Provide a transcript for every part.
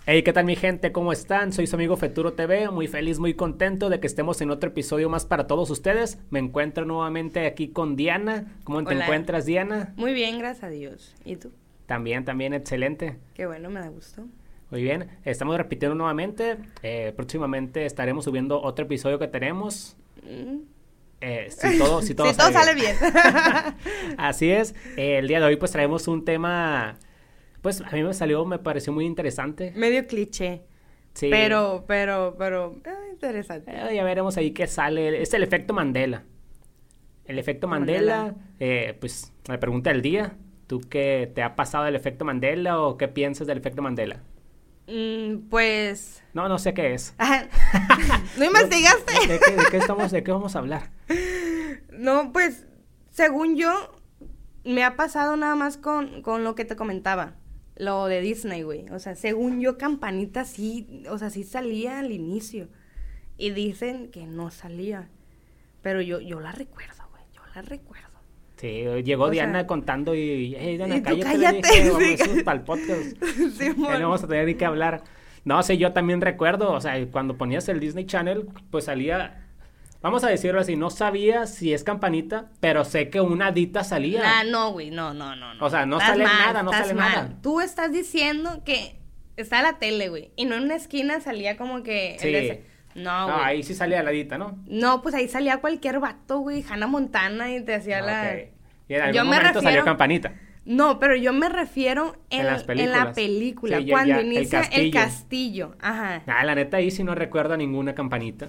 Hey, ¿qué tal mi gente? ¿Cómo están? Soy su amigo Feturo TV, muy feliz, muy contento de que estemos en otro episodio más para todos ustedes. Me encuentro nuevamente aquí con Diana. ¿Cómo te Hola. encuentras, Diana? Muy bien, gracias a Dios. ¿Y tú? También, excelente. Qué bueno, me da gusto. Muy bien, estamos repitiendo nuevamente. Próximamente estaremos subiendo otro episodio que tenemos. Si todo Si todo sale bien. Así es. El día de hoy pues traemos un tema, pues a mí me pareció muy interesante. Medio cliché. Sí. Pero, interesante. Ya veremos ahí qué sale. Es el efecto Mandela. El efecto Mandela, pues la pregunta del día. ¿Tú qué te ha pasado el efecto Mandela o qué piensas del efecto Mandela? Pues... No sé qué es. ¿No investigaste? ¿De qué vamos a hablar? No, pues, según yo, me ha pasado nada más con lo que te comentaba. Lo de Disney, güey. O sea, según yo, Campanita sí, o sea, sí salía al inicio. Y dicen que no salía. Pero yo la recuerdo, güey. Yo la recuerdo. Sí, llegó Diana sea, contando y hey, Diana, y tú cállate, cállate, vamos sí. para el podcast. Sí, No vamos a tener ni que hablar. No sé, yo también recuerdo, o sea, cuando ponías el Disney Channel, pues salía, vamos a decirlo así, no sabía si es Campanita, pero sé que una hadita salía. No, güey, no. O sea, no Estás sale mal, nada, no estás sale mal. nada. Tú estás diciendo que está la tele, güey, y no en una esquina salía como que... Sí. No, No, güey. ahí sí salía la hadita, ¿no? No, pues ahí salía cualquier vato, güey, Hannah Montana y te hacía la... Ok. Y en algún Yo me momento salió refiero- Campanita. No, pero yo me refiero En las en películas. la película, Sí, cuando ya, el inicia el castillo. castillo. Ajá. La neta ahí sí no recuerdo ninguna Campanita.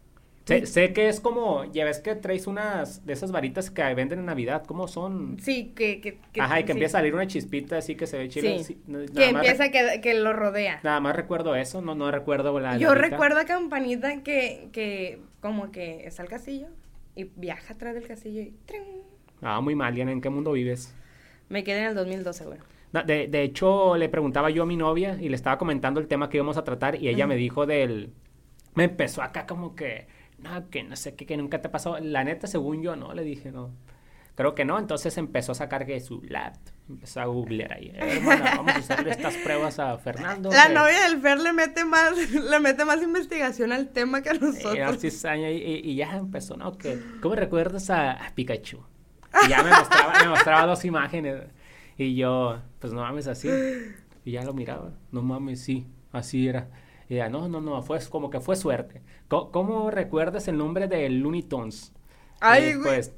Sé que es como, ya ves que traes unas de esas varitas que venden en Navidad, ¿cómo son? Sí, Ajá, y que sí. empieza a salir una chispita así que se ve chile. Sí, Sí, que empieza que lo rodea. Nada más recuerdo eso, no recuerdo la Yo varita. recuerdo a Campanita que como que está el castillo y viaja atrás del castillo y ¡trin! Muy mal, Diana, ¿en qué mundo vives? Me quedé en el 2012, güey. No, de hecho, le preguntaba yo a mi novia y le estaba comentando el tema que íbamos a tratar y ella me dijo me empezó acá como que no sé qué, que nunca te pasó. La neta, según yo, no, le dije, no. Creo que no, entonces empezó a sacar que su laptop, empezó a googlear ahí. Hermana, vamos a hacerle estas pruebas a Fernando. La novia del Fer le mete más investigación al tema que a nosotros. Y ya empezó, ¿no? ¿Cómo recuerdas a Pikachu? Y ya me mostraba dos imágenes. Y yo, pues no mames, así. Y ya lo miraba. No mames, sí, así era. Y ya, no, fue como que fue suerte. ¿Cómo recuerdas el nombre de Looney Tunes? Ay, güey. Pues,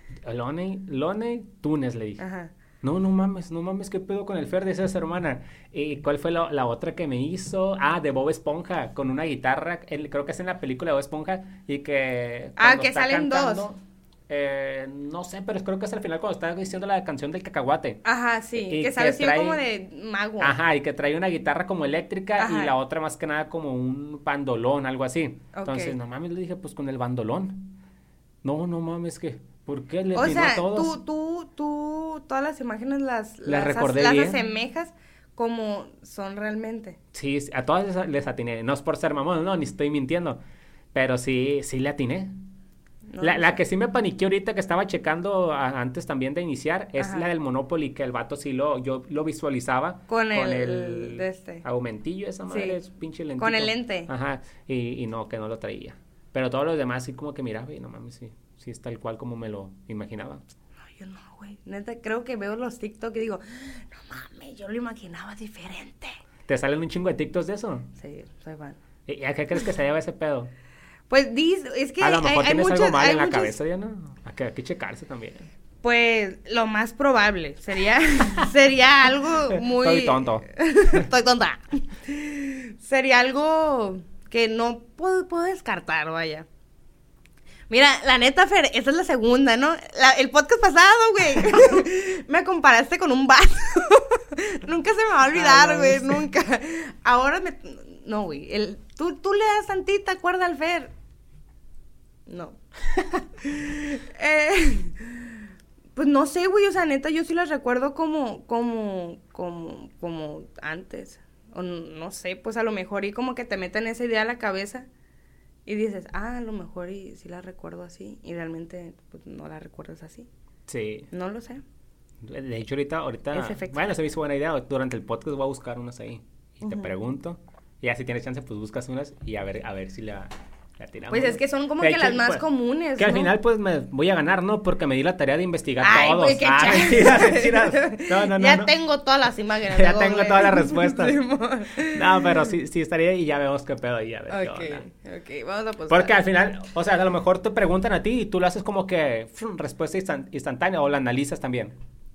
Looney Tunes, le dije. Ajá. No mames, ¿qué pedo con el Fer de esa hermana? ¿Y cuál fue la otra que me hizo? De Bob Esponja, con una guitarra, creo que es en la película de Bob Esponja, y que... cuando Que está salen cantando, dos. No sé, pero creo que es al final cuando está diciendo la canción del cacahuate. Ajá, sí, Y que sale que así como de mago. Ajá, y que trae una guitarra como eléctrica Ajá. y la otra más que nada como un bandolón, algo así. Ok. Entonces, no mames, le dije, pues con el bandolón. No mames, ¿por qué le O atinó sea, a todos? tú todas las imágenes las recordé las bien. asemejas como son realmente. Sí, a todas les atiné. No es por ser mamón, no, ni estoy mintiendo. Pero sí le atiné. No, La que sí me paniqué ahorita que estaba checando antes también de iniciar es Ajá. la del Monopoly, que el vato sí yo lo visualizaba Con el de este. aumentillo, esa madre Sí. es pinche lentito. Con el lente. Ajá, y no, que no lo traía. Pero todos los demás sí como que miraba y no mames, sí es tal cual como me lo imaginaba. No, yo no, güey. Neta, creo que veo los TikTok y digo, no mames, yo lo imaginaba diferente. ¿Te salen un chingo de TikToks de eso? Sí, soy fan. ¿Y a qué crees que se lleva ese pedo? Pues es que A lo mejor hay tienes muchas, algo mal hay en la muchas- cabeza, Diana. Hay que checarse también. Pues lo más probable sería algo muy... Estoy tonto. Estoy tonta. Sería algo que no puedo descartar, vaya. Mira, la neta, Fer, esta es la segunda, ¿no? El podcast pasado, güey. Me comparaste con un vaso. Nunca se me va a olvidar, no, güey, sí. nunca. Ahora No, güey. Tú le das tantita cuerda al Fer. No. Pues no sé, güey, o sea, neta, yo sí las recuerdo como antes. O no sé, pues a lo mejor y como que te meten esa idea a la cabeza y dices, a lo mejor y sí la recuerdo así y realmente pues no la recuerdas así. Sí. No lo sé. De hecho, ahorita Ese efecto. bueno, se me hizo buena idea. Durante el podcast voy a buscar unas ahí y te pregunto. Y ya si tienes chance, pues buscas unas y a ver si la tiramos. Pues es que son como que las más comunes, que ¿no? al final, pues, me voy a ganar, ¿no? Porque me di la tarea de investigar Ay, todos. pues, qué mentiras. No. Ya tengo todas las imágenes. Ya tengo todas las respuestas. Sí, no, pero sí estaría y ya vemos qué pedo ahí, a ver qué onda. Ok, vamos a apostar. Porque al final, o sea, a lo mejor te preguntan a ti y tú lo haces como que respuesta instantánea o la analizas también.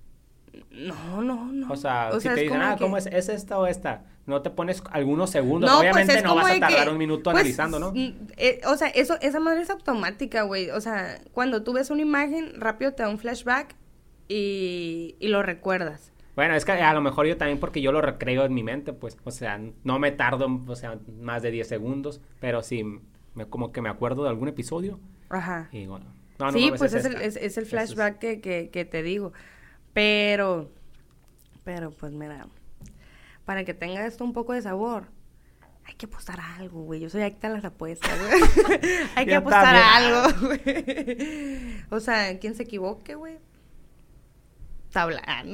No. O sea, si te dicen, ¿cómo es esta o esta? No te pones algunos segundos. No, obviamente pues no vas a tardar un minuto analizando, ¿no? O sea, esa madre es automática, güey. O sea, cuando tú ves una imagen, rápido te da un flashback y lo recuerdas. Bueno, es que a lo mejor yo también porque yo lo recreo en mi mente, pues. O sea, no me tardo, más de 10 segundos. Pero sí, como que me acuerdo de algún episodio. Ajá. Y bueno. Sí, pues es el flashback que te digo. Pero, pues mira, para que tenga esto un poco de sabor, hay que apostar a algo, güey. Yo soy adicta a las apuestas, güey. Hay que apostar a algo, güey. O sea, quien se equivoque, güey. Tabla.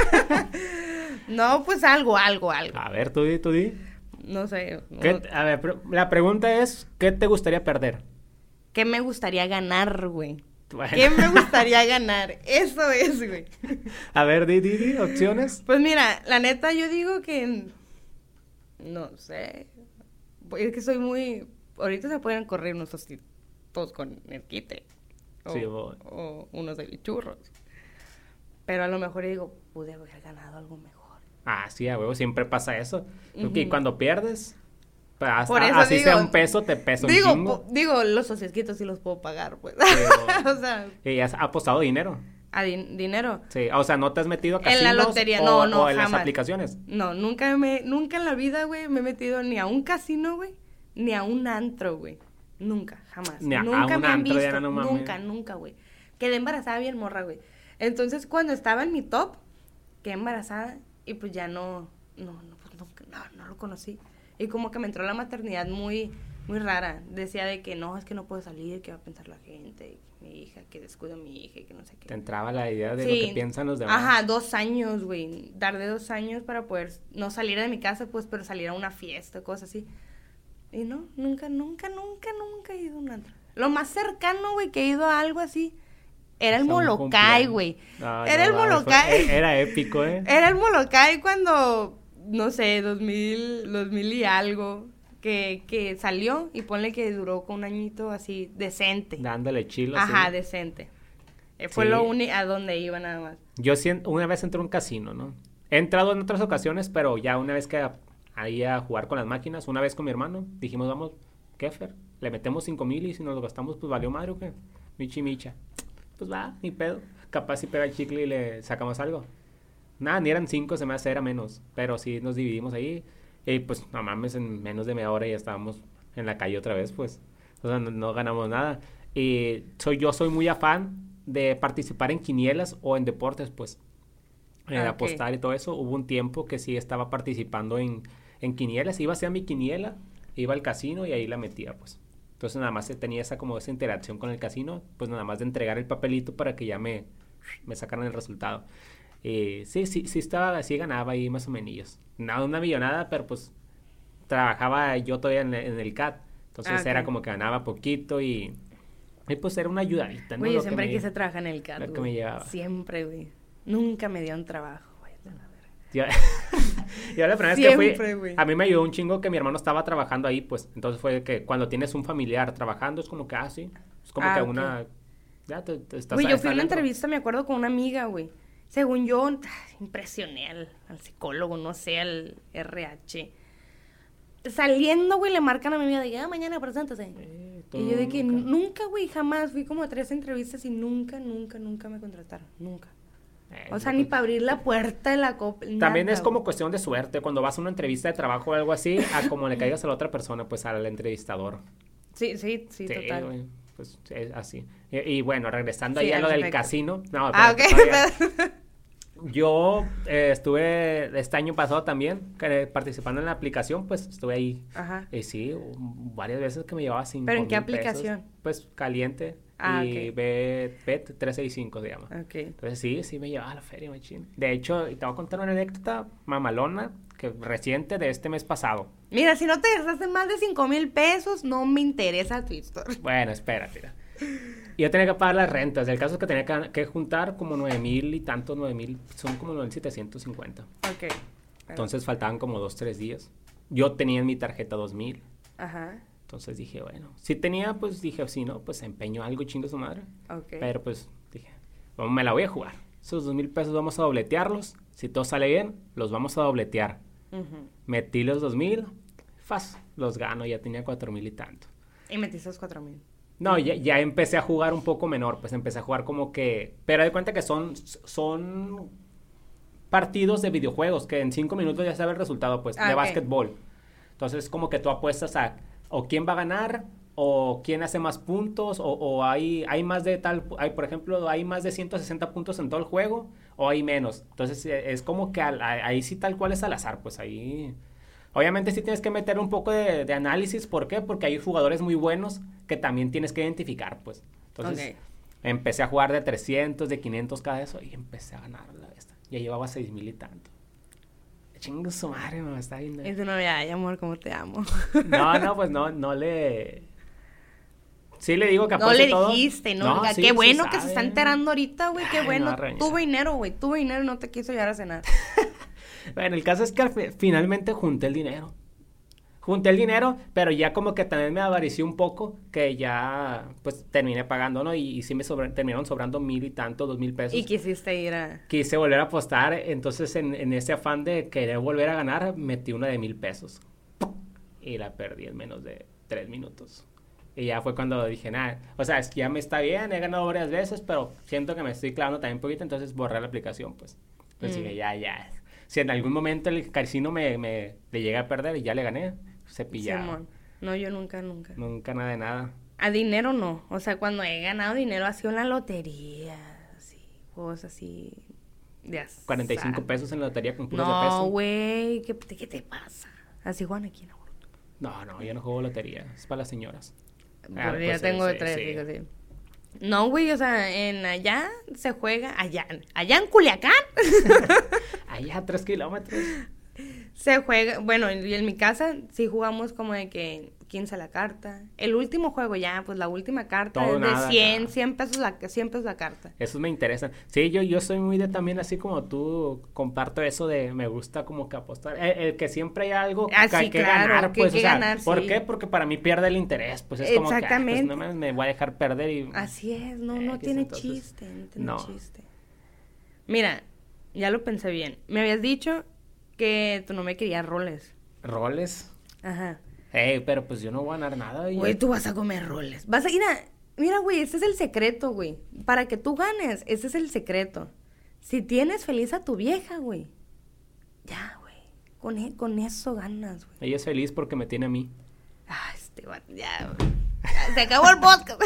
No, pues algo. A ver, tú di. No sé. A ver, la pregunta es, ¿qué te gustaría perder? ¿Qué me gustaría ganar, güey? Bueno. ¿Qué me gustaría ganar? Eso es, güey. A ver, di, opciones. Pues mira, la neta yo digo que... No sé. Es que soy muy... Ahorita se pueden correr unos tostitos con el quite. O unos de churros. Pero a lo mejor digo, pude haber ganado algo mejor. Ah, sí, a huevo, siempre pasa eso. Porque cuando pierdes... Por eso así digo, sea un peso, te pesa un chingo. Digo, los sociosquitos sí los puedo pagar, pues. Pero, o sea... ¿y has apostado dinero? ¿A dinero? Sí, o sea, ¿no te has metido a casinos? En la lotería, no, o jamás. en las aplicaciones? No, nunca en la vida, güey, me he metido ni a un casino, güey, ni a un antro, güey. Nunca, jamás. Ni nunca a un me han antro, visto. Diana, no mames. Nunca, güey. Quedé embarazada bien morra, güey. Entonces, cuando estaba en mi top, quedé embarazada y pues ya no lo conocí. Y como que me entró la maternidad muy rara. Decía de que no, es que no puedo salir, que va a pensar la gente, mi hija, que descuido a mi hija y que no sé qué. Te entraba la idea de lo que piensan los demás. Ajá, 2 años, güey. Tardé 2 años para poder no salir de mi casa, pues, pero salir a una fiesta, cosas así. Y no, nunca he ido a un antro. Lo más cercano, güey, que he ido a algo así era el Molokai, güey. Era el Molokai. Era épico, ¿eh? Era el Molokai cuando, no sé, 2000 y algo, que salió y ponle que duró con un añito así, decente. Dándole chilo. Ajá, sí. decente. Fue lo único a donde iba nada más. Yo una vez entré a un casino, ¿no? He entrado en otras ocasiones, pero ya una vez que ahí a jugar con las máquinas, una vez con mi hermano, dijimos, vamos, Kefer, le metemos 5,000 y si nos lo gastamos, pues valió madre, ¿o qué? Micha. Pues va, ni pedo. Capaz si pega el chicle y le sacamos algo. Nada, ni eran 5, se me hace, era menos. Pero sí nos dividimos ahí. Y pues, no mames, en menos de media hora ya estábamos en la calle otra vez, pues. O sea, no ganamos nada. Y yo soy muy afán de participar en quinielas o en deportes, pues. Apostar y todo eso. Hubo un tiempo que sí estaba participando en quinielas. Iba a hacer mi quiniela, iba al casino y ahí la metía, pues. Entonces nada más tenía esa interacción con el casino, pues nada más de entregar el papelito para que ya me sacaran el resultado. Sí ganaba ahí más o menos. Nada, una millonada, pero pues trabajaba yo todavía en el CAT. Entonces era como que ganaba poquito y pues era una ayudadita, ¿no? Güey, yo siempre quise trabajar en el CAT, lo que me llevaba. Siempre, güey. Nunca me dio un trabajo, güey. Yo la primera vez que fui, a mí me ayudó un chingo que mi hermano estaba trabajando ahí, pues. Entonces fue que cuando tienes un familiar trabajando, es como que, sí. Es como que una... Ya te estás... Güey, yo fui a una entrevista, me acuerdo, con una amiga, güey. Según yo, impresioné al psicólogo, no sé, al RH. Saliendo, güey, le marcan a mi amiga de mañana preséntase. Y yo de que nunca, güey, jamás. Fui como a 3 entrevistas y nunca me contrataron. Nunca. O sea, ni para abrir la puerta de la copa. También es como cuestión de suerte. Cuando vas a una entrevista de trabajo o algo así, a como le caigas a la otra persona, pues al entrevistador. Sí, total. Güey, pues es así. Y bueno, regresando ahí a lo del casino. No, ok. Yo estuve este año pasado también participando en la aplicación, pues estuve ahí. Ajá. Y sí, varias veces que me llevaba 5,000 ¿Pero en qué pesos. aplicación? Pues Caliente. Y Bet 365 se llama. Okay. Entonces sí me llevaba a la feria, machín. De hecho, te voy a contar una anécdota mamalona que reciente de este mes pasado. Mira, si no te gastaste más de 5,000 pesos, no me interesa tu historia. Bueno, espérate. Y yo tenía que pagar las rentas. El caso es que tenía que juntar como 9,000 y tantos, 9,000, son como 9,750. Ok. Entonces faltaban como 2-3 días. Yo tenía en mi tarjeta 2,000. Ajá. Entonces dije, bueno, si tenía, pues dije, si no, pues empeño algo, chingo su madre. Ok. Pero pues dije, bueno, me la voy a jugar. Esos 2,000 pesos vamos a dobletearlos. Si todo sale bien, los vamos a dobletear. Metí los 2,000, los gano, ya tenía 4,000 y tanto. Y metiste los 4,000. No, ya empecé a jugar un poco menor, pues empecé a jugar como que... Pero de cuenta que son partidos de videojuegos, que en 5 minutos ya sabe el resultado, pues, de básquetbol. Entonces, como que tú apuestas a o quién va a ganar, o quién hace más puntos, o hay más de tal... por ejemplo, hay más de 160 puntos en todo el juego, o hay menos. Entonces, es como que ahí sí tal cual es al azar, pues ahí... Obviamente sí tienes que meter un poco de análisis. ¿Por qué? Porque hay jugadores muy buenos que también tienes que identificar, pues. Entonces, empecé a jugar de 300, de 500 cada eso y empecé a ganar la esta. Ya llevaba 6,000 y tanto. Chingo su madre, me está viendo. Es una novia, ay, amor, cómo te amo. No, pues no le... Sí le digo que apueste todo. No le dijiste, ¿no? Sí, qué bueno sí que se está enterando ahorita, güey, qué bueno. No, tuve dinero, güey, y no te quiso llevar a cenar. Bueno, el caso es que finalmente junté el dinero. Pero ya como que también me avarició un poco, que ya pues terminé pagando, ¿no? Y sí terminaron sobrando 1,000 y tanto, 2,000 pesos. Y quisiste ir a... Quise volver a apostar, entonces en ese afán de querer volver a ganar, metí una de 1,000 pesos. Y la perdí en menos de 3 minutos. Y ya fue cuando dije, nada, o sea, es que ya me está bien, he ganado varias veces, pero siento que me estoy clavando también un poquito, entonces borré la aplicación, pues. Pues dije, ya. Si en algún momento el casino le llega a perder y ya le gané, cepillado. Simón. No, yo nunca. Nunca nada de nada. A dinero no. O sea, cuando he ganado dinero ha sido en la lotería, así, juegos así de azar. 45 pesos en la lotería con puros de peso. No, güey, ¿qué te pasa? Así juegan aquí en Aburto. No, yo no juego lotería, es para las señoras. Pero ya tengo de 3, digo, sí. No, güey, o sea, allá se juega, allá en Culiacán. Allá a 3 kilómetros. Se juega, bueno, y en mi casa sí jugamos como de que 15 la carta. El último juego ya, pues la última carta todo es nada, de 100 pesos la carta. Esos me interesan. Sí, yo soy muy de también así como tú, comparto eso de me gusta como que apostar. El que siempre hay algo que hay que ganar, pues, o sea, ganar, ¿por sí. qué? Porque para mí pierde el interés, pues es como que pues, no me voy a dejar perder y... Así es, no tiene entonces, chiste. Mira, ya lo pensé bien. Me habías dicho que tú no me querías roles. ¿Roles? Ajá. Pero pues yo no voy a ganar nada. Güey, tú vas a comer roles. Vas a ir a... Mira, güey, ese es el secreto, güey. Para que tú ganes, ese es el secreto. Si tienes feliz a tu vieja, güey. Ya, güey. Con eso ganas, güey. Ella es feliz porque me tiene a mí. Ah, ya, güey. Se acabó el podcast.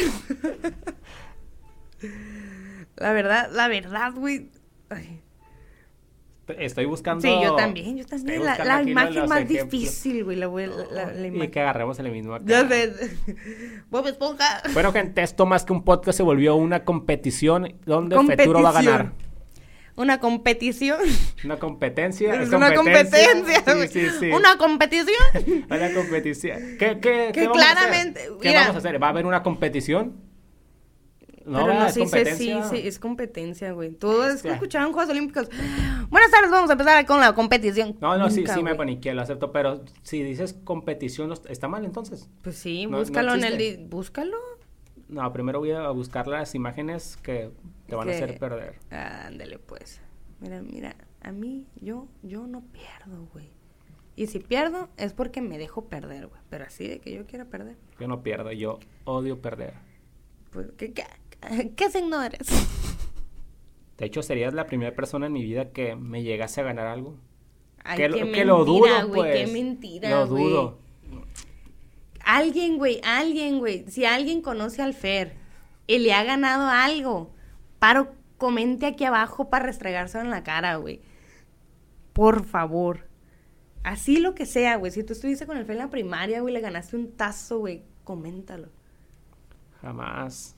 La verdad, güey. Ay. Estoy buscando... Sí, yo también. La imagen más ejemplos. Difícil, güey, la imagen. Y que agarremos el mismo acá. Ya sé. Bob Esponja. Bueno, gente, esto más que un podcast se volvió una competición donde Feturo va a ganar. Una competición. Una competencia. Es una competencia. Sí. Una competición. Una competición. ¿Qué vamos claramente, a hacer? ¿Qué vamos a hacer? ¿Va a haber una competición? No, pero no, es competencia. Sí, es competencia, güey. Todos escucharon Juegos Olímpicos. Buenas tardes, vamos a empezar con la competición. No, sí me paniqué, lo acepto, pero si dices competición, ¿está mal entonces? Pues sí, no, búscalo no búscalo. No, primero voy a buscar las imágenes que te van a hacer perder. Ándale, pues. Mira, a mí, yo no pierdo, güey. Y si pierdo, es porque me dejo perder, güey. Pero así de que yo quiera perder. Yo no pierdo, yo odio perder. Pues, ¿qué signo eres? De hecho, serías la primera persona en mi vida que me llegase a ganar algo. Ay, que mentira, lo dudo, güey, pues. Qué mentira, lo dudo. Alguien, güey. Si alguien conoce al Fer y le ha ganado algo, comente aquí abajo para restregárselo en la cara, güey. Por favor. Así lo que sea, güey. Si tú estuviste con el Fer en la primaria, güey, le ganaste un tazo, güey, coméntalo. Jamás.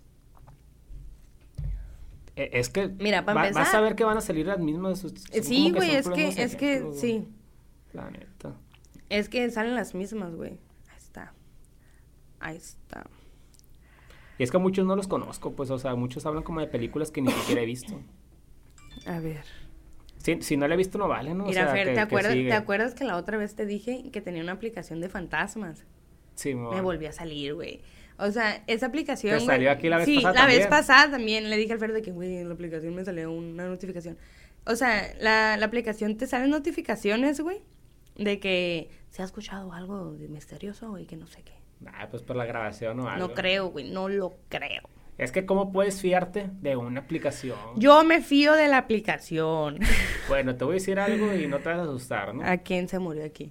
Es que mira, para empezar, vas a ver que van a salir las mismas. Sí, güey, es que sí. La neta. Es que salen las mismas, güey. Ahí está. Y es que a muchos no los conozco, pues, o sea, muchos hablan como de películas que ni siquiera he visto. A ver. Si no la he visto, no vale, ¿no? Mira, o sea, Fer, que sigue. ¿te acuerdas que la otra vez te dije que tenía una aplicación de fantasmas? Sí, Me volvió a salir, güey. O sea, esa aplicación, ¿Te salió aquí la vez pasada la también? vez pasada también. Le dije al Fer de que, güey, en la aplicación me salió una notificación. O sea, la aplicación te salen notificaciones, güey, de que se ha escuchado algo de misterioso y que no sé qué. Pues por la grabación o algo. No creo, güey, no lo creo. Es que ¿cómo puedes fiarte de una aplicación? Yo me fío de la aplicación. Bueno, te voy a decir algo y no te vas a asustar, ¿no? ¿A quién se murió aquí?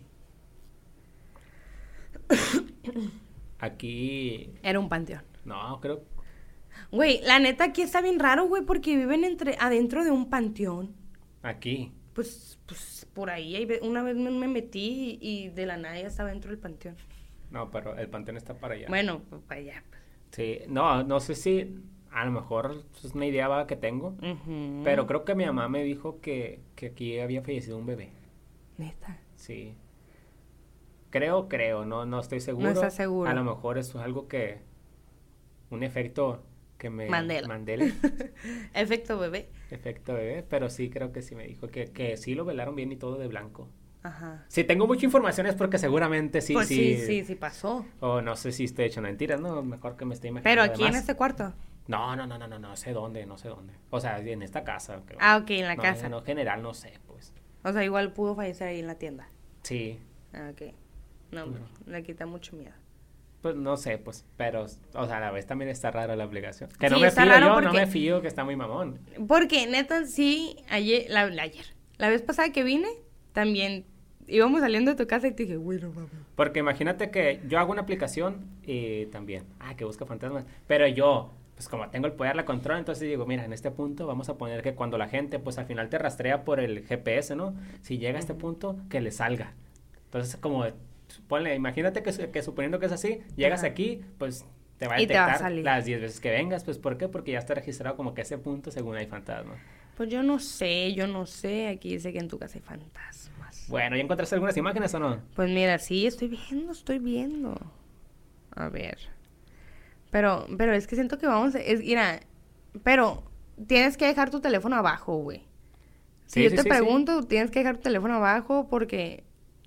Aquí... Era un panteón. No, creo... Güey, la neta aquí está bien raro, güey, porque viven adentro de un panteón. Aquí. Pues por ahí una vez me metí y de la nada ya estaba dentro del panteón. No, pero el panteón está para allá. Bueno, pues para allá. Sí, no sé si... A lo mejor es una idea vaga que tengo. Uh-huh. Pero creo que mi mamá me dijo que aquí había fallecido un bebé. Neta. Sí. Creo, no estoy seguro. No estás seguro. A lo mejor eso es algo que... Un efecto que me... Mandela. Efecto bebé. Efecto bebé, pero sí creo que sí me dijo que sí lo velaron bien y todo de blanco. Ajá. Si tengo mucha información es porque seguramente sí, pues sí pasó. O no sé si estoy echando mentiras, ¿no? Mejor que me esté imaginando. Pero aquí además. en este cuarto. No sé dónde. O sea, en esta casa. Creo. Ok, en la casa. No, general no sé, pues. O sea, igual pudo fallecer ahí en la tienda. Sí. Ok. No, le quita mucho miedo. Pues no sé, pues, pero, o sea, a la vez también está rara la aplicación. Que no Sí, me está fío raro yo, porque... no me fío que está muy mamón. Porque, neta, sí, la vez pasada que vine, también íbamos saliendo de tu casa y te dije, güey, no mames. Porque imagínate que yo hago una aplicación y también, que busca fantasmas, pero yo, pues como tengo el poder, la control, entonces digo, mira, en este punto vamos a poner que cuando la gente, pues al final te rastrea por el GPS, ¿no? Si llega a este punto, que le salga. Entonces, como, ponle, imagínate que suponiendo que es así, llegas aquí, pues te va a detectar las 10 veces que vengas, pues ¿por qué? Porque ya está registrado como que ese punto según hay fantasmas. Pues yo no sé, aquí dice que en tu casa hay fantasmas. Bueno, ¿ya encontraste algunas imágenes o no? Pues mira, sí, estoy viendo. A ver. Pero es que siento que mira, pero tienes que dejar tu teléfono abajo, güey. Si yo te pregunto, tienes que dejar tu teléfono abajo porque...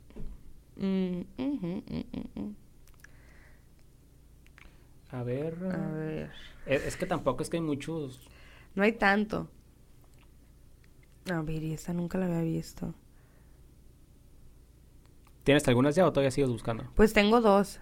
A ver. Es que tampoco es que hay muchos... No hay tanto. A ver, y esta nunca la había visto. ¿Tienes algunas ya o todavía sigues buscando? Pues tengo 2.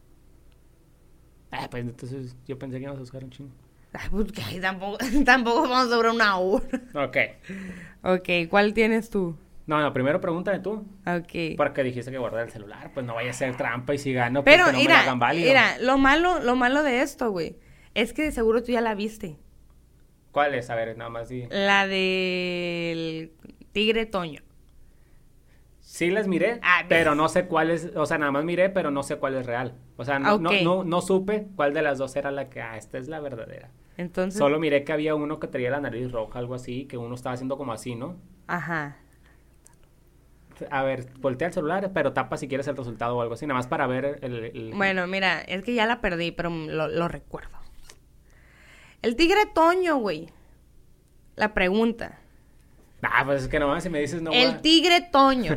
Pues entonces yo pensé que íbamos a buscar un chingo. Pues que tampoco vamos a durar una hora. Ok, ¿cuál tienes tú? No, primero pregúntame tú. Ok. Porque dijiste que guardar el celular, pues no vaya a ser trampa y si gano, pero pues que no me la hagan válido. Mira, lo malo de esto, güey, es que de seguro tú ya la viste. ¿Cuál es? A ver, nada más di. La del tigre Toño. Sí las miré, pero no sé cuál es, o sea, nada más miré, pero no sé cuál es real. O sea, no supe cuál de las dos era la que, esta es la verdadera. Entonces... Solo miré que había uno que traía la nariz roja, algo así, que uno estaba haciendo como así, ¿no? Ajá. A ver, voltea el celular, pero tapa si quieres el resultado o algo así, nada más para ver el... Bueno, mira, es que ya la perdí, pero lo recuerdo. El tigre Toño, güey. La pregunta. Pues es que nomás si me dices no. El tigre Toño.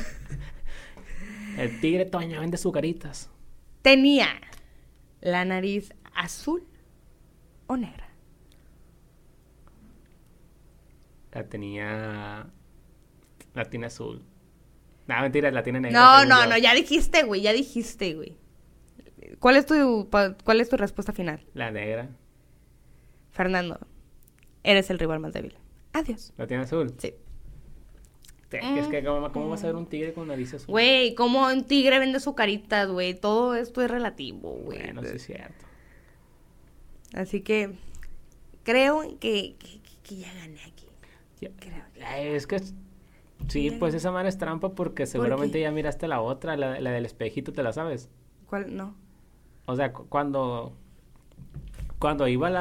El tigre Toño vende sucaritas. ¿Tenía la nariz azul o negra? La tiene azul. No, mentira, la tiene negra. No, ya dijiste, güey. ¿Cuál es tu respuesta final? La negra. Fernando, eres el rival más débil. Adiós. ¿La tiene azul? Sí. Es que, ¿cómo vas a ver un tigre con nariz azul? Güey, ¿cómo un tigre vende sucaritas, güey? Todo esto es relativo, güey. Bueno, sí es cierto. Así que creo que ya gané aquí. Es que sí, pues esa madre es trampa porque seguramente ya miraste la otra, la del espejito, ¿te la sabes? ¿Cuál? No. O sea, cuando iba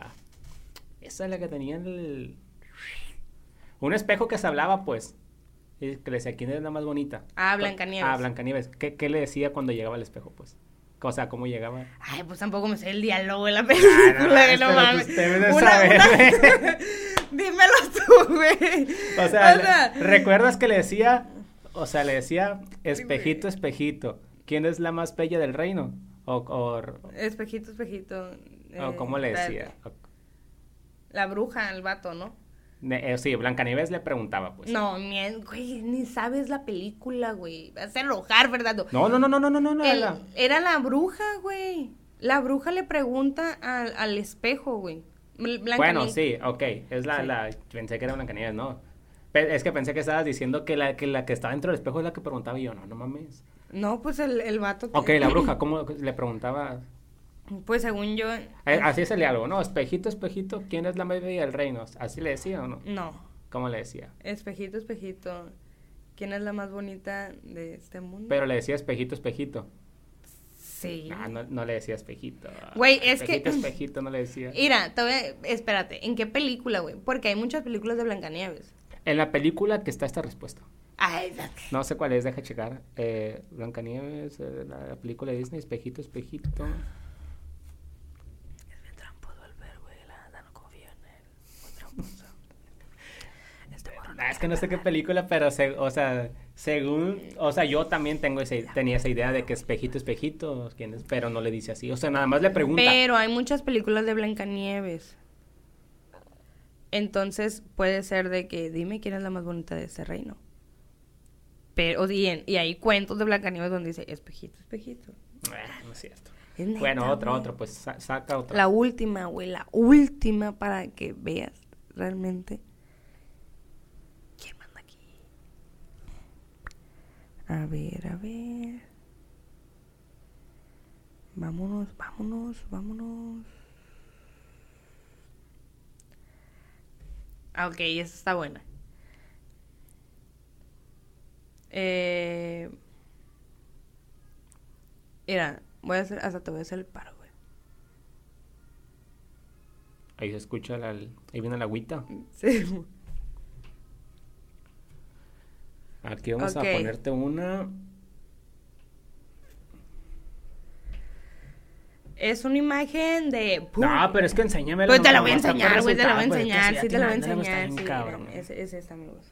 esa es la que tenía un espejo que se hablaba, pues. Y que le decía, ¿quién es la más bonita? Ah, Blancanieves. Ah, Blancanieves. ¿Qué le decía cuando llegaba al espejo, pues? O sea, ¿cómo llegaba? Ay, pues tampoco me sé el diálogo de la película, que no mames. Pues debes de saber. Dímelo tú, güey. O sea, ¿recuerdas que le decía? O sea, le decía, espejito, espejito, ¿quién es la más bella del reino? Espejito, espejito. O ¿cómo le decía? La bruja, el vato, ¿no? Sí, Blancanieves le preguntaba, pues. No, güey, ni sabes la película, güey. Vas a enojar, ¿verdad? No. Era la bruja, güey. La bruja le pregunta al espejo, güey. Bueno, sí, ok. Es Sí. Pensé que era Blancanieves, no. Es que pensé que estabas diciendo que la que estaba dentro del espejo es la que preguntaba y yo, no mames. No, pues el vato. Ok, la bruja, ¿cómo le preguntaba? Pues según yo. Así es el diálogo, ¿no? Espejito, espejito, ¿quién es la más bella del reino? ¿Así le decía o no? No. ¿Cómo le decía? Espejito, espejito. ¿Quién es la más bonita de este mundo? Pero le decía espejito, espejito. Sí. No le decía espejito. Güey, es que. Espejito, espejito, no le decía. Mira, espérate, ¿en qué película, güey? Porque hay muchas películas de Blancanieves. En la película que está esta respuesta. Ay, No sé cuál es, deja checar. Blancanieves, la película de Disney, espejito, espejito. Es bien tramposo el ver, güey, la neta no confío en él. Muy tramposo. Es que no sé qué película, pero yo también tenía esa idea de que espejito, espejito, ¿quién es? Pero no le dice así, o sea, nada más le pregunta. Pero hay muchas películas de Blancanieves. Entonces puede ser de que dime quién es la más bonita de ese reino. Pero y hay cuentos de Blancanieves donde dice espejito, espejito. No es cierto. Es neta, Bueno, güey. otro, pues saca otra. La última, güey, la última para que veas realmente quién manda aquí. A ver. Vámonos. Ah, ok, esa está buena. Mira, hasta te voy a hacer el paro, güey. Ahí se escucha ahí viene la agüita. Sí. Aquí vamos Ok. a ponerte una. Es una imagen de... No, pero es que enséñamela. Pues te la no, voy a no está enseñar, güey, te la voy a resultado, pues, es que enseñar, si sí ya te la voy a tiene hambre, está enseñar, bien sí, cabrón. miren, es esta, amigos.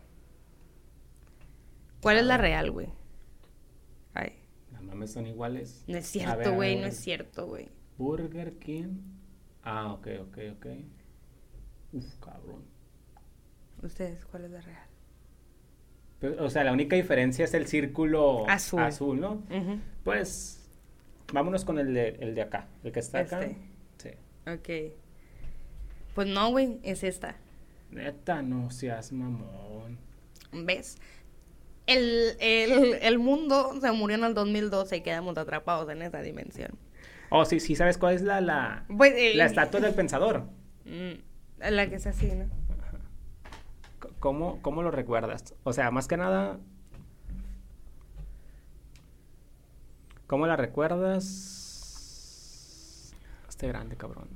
¿Cuál es la real, güey? Ay, No mames, son iguales. no es A cierto, ver, güey, no es cierto, güey. Burger King. Ah, ok. Uf, cabrón. ¿Ustedes cuál es la real? Pero, o sea, la única diferencia es el círculo Azul. ¿no? Ujú. Pues, vámonos con el de acá, el que está acá. Sí. Ok. Pues no, güey, es esta. Neta, no seas mamón. ¿Ves? El mundo se murió en el 2012 y quedamos atrapados en esa dimensión. Oh, sí, ¿sabes cuál es la Pues, la estatua del pensador? La que es así, ¿no? ¿Cómo lo recuerdas? O sea, más que nada, ¿cómo la recuerdas? Este grande, cabrón.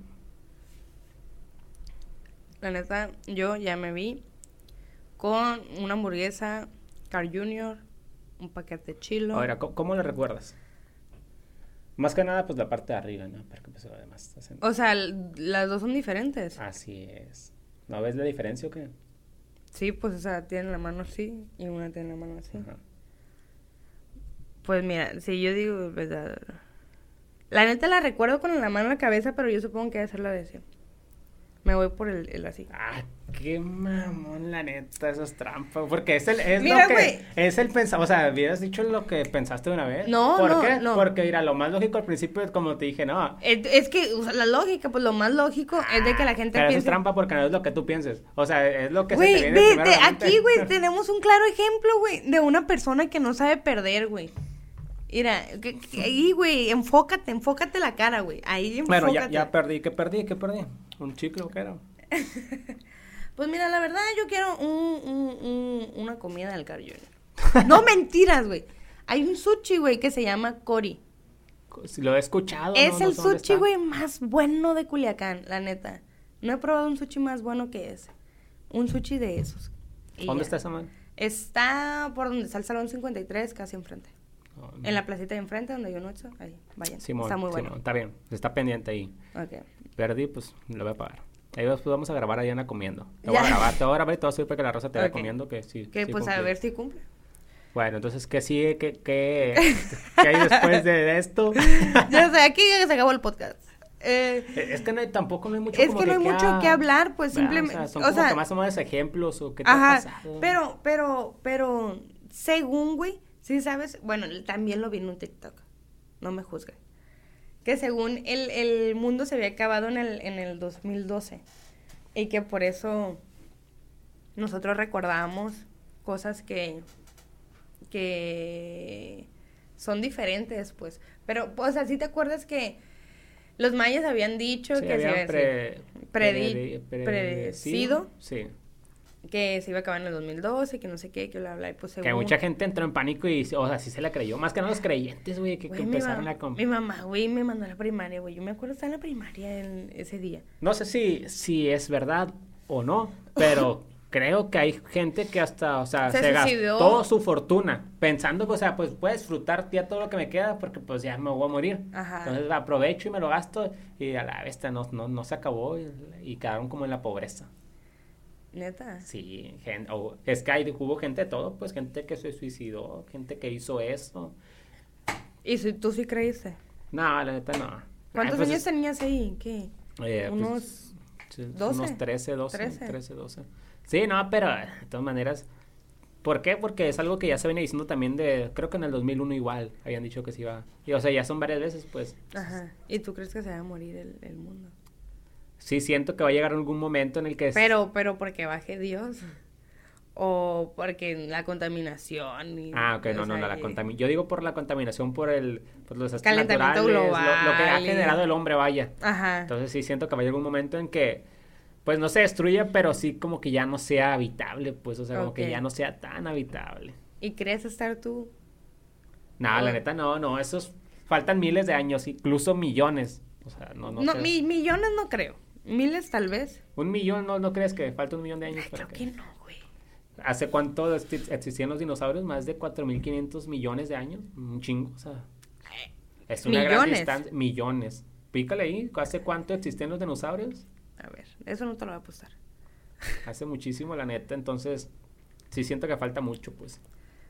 La neta, yo ya me vi con una hamburguesa Carl Jr., un paquete chilo. Ahora, ¿cómo la recuerdas? Más que nada, pues la parte de arriba, ¿no? Porque pues además hacen... O sea, las dos son diferentes. Así es. ¿No ves la diferencia o qué? Sí, pues, o sea, tienen la mano así y una tiene la mano así. Ajá. Pues mira, si yo digo, pues, la neta la recuerdo con la mano en la cabeza, pero yo supongo que debe ser la de así. Me voy por el así. Ah, qué mamón, la neta, eso es trampa. Porque es Mira, lo que güey. es el pensar. O sea, hubieras dicho lo que pensaste de una vez. No, ¿Por no, qué? no. Porque, mira, lo más lógico al principio es como te dije, no. Es que, o sea, la lógica, pues lo más lógico es de que la gente Pero eso es piense... trampa porque no es lo que tú pienses. O sea, es lo que se Güey, te viene primero a la mente. aquí, güey, tenemos un claro ejemplo, güey, de una persona que no sabe perder, güey. Mira, ahí, güey, enfócate la cara, güey. Ahí enfócate. Bueno, ya perdí. ¿Qué perdí? ¿Un chicle o qué era? Pues mira, la verdad, yo quiero una comida del Carl Jr. No, mentiras, güey. Hay un sushi, güey, que se llama Cory. Si lo he escuchado. Es no el sé dónde sushi, está. güey, más bueno de Culiacán, la neta. No he probado un sushi más bueno que ese. Un sushi de esos. Y ¿Dónde ya. está esa man? Está por donde está el Salón 53, casi enfrente. No, En la placita de enfrente, donde hay un Oxxo, ahí, vayan. Simón, Está muy bueno. Simón, está bien, está pendiente ahí. Ok. Perdí, pues lo voy a pagar. Ahí después vamos a grabar a Diana comiendo. Te voy Ya. a grabar y te voy a subir para que la Rosa te vea Ok. comiendo, que sí. Que sí pues a cumplí. ver si cumple. Bueno, entonces, ¿qué sigue? ¿Qué hay después de esto? Ya sé, aquí ya se acabó el podcast. Es que tampoco no hay mucho Es como que no hay mucho que hablar, pues ¿verdad? simplemente. O sea, son como que más o menos ejemplos o qué te ha Ajá, pasado. pero, según, güey, sí sabes, bueno, también lo vi en un TikTok, no me juzguen, que según el mundo se había acabado en el 2012 y que por eso nosotros recordábamos cosas que son diferentes, pues, pero, o sea, ¿sí te acuerdas que los mayas habían dicho Sí, que habían predecido sí. que se iba a acabar en el 2012, que no sé qué, que bla, bla, y pues Que según... mucha gente entró en pánico y, o sea, sí se la creyó. Más que nada los creyentes, güey, que Güey, empezaron a... mi mamá, güey, me mandó a la primaria, güey. Yo me acuerdo estar en la primaria ese día. No sé si es verdad o no, pero creo que hay gente que hasta, o sea, Se se suicidó. gastó su fortuna pensando que, o sea, pues puedes disfrutar ya todo lo que me queda porque pues ya me voy a morir. Ajá. Entonces aprovecho y me lo gasto y a la vez no se acabó y quedaron como en la pobreza. Neta. Sí, es que hubo gente de todo, pues gente que se suicidó, gente que hizo eso. ¿Y si tú sí creíste? No, la neta no. ¿Cuántos Pues años tenías ahí? ¿Qué? Unos ¿Unos 12? Unos 13, 13. 12. Sí, no, pero de todas maneras, ¿por qué? Porque es algo que ya se venía diciendo también creo que en el 2001 igual habían dicho que se iba, y, o sea, ya son varias veces, pues. Ajá. ¿Y tú crees que se va a morir el mundo? Sí, siento que va a llegar algún momento en el que... Pero porque baje Dios. O porque la contaminación. Ok, no, la contaminación. Yo digo por la contaminación, por los desastres Calentamiento naturales, global lo que ha generado el hombre, vaya. Ajá. Entonces sí siento que va a llegar algún momento en que, pues no se destruya, pero sí como que ya no sea habitable, pues, o sea, como que Ok. ya no sea tan habitable. ¿Y crees estar tú? No, la neta no, faltan miles de años, incluso millones. O sea, no No, creo. millones no creo. Miles tal vez. Un millón, ¿no crees que falta un millón de años para Creo que no, güey. ¿Hace cuánto existían los dinosaurios? Más de 4.500 millones de años. Un chingo, o sea. Es una gran Millones. distancia. Millones. Pícale ahí, ¿hace cuánto existían los dinosaurios? A ver, eso no te lo voy a apostar. Hace muchísimo, la neta, entonces sí siento que falta mucho, pues.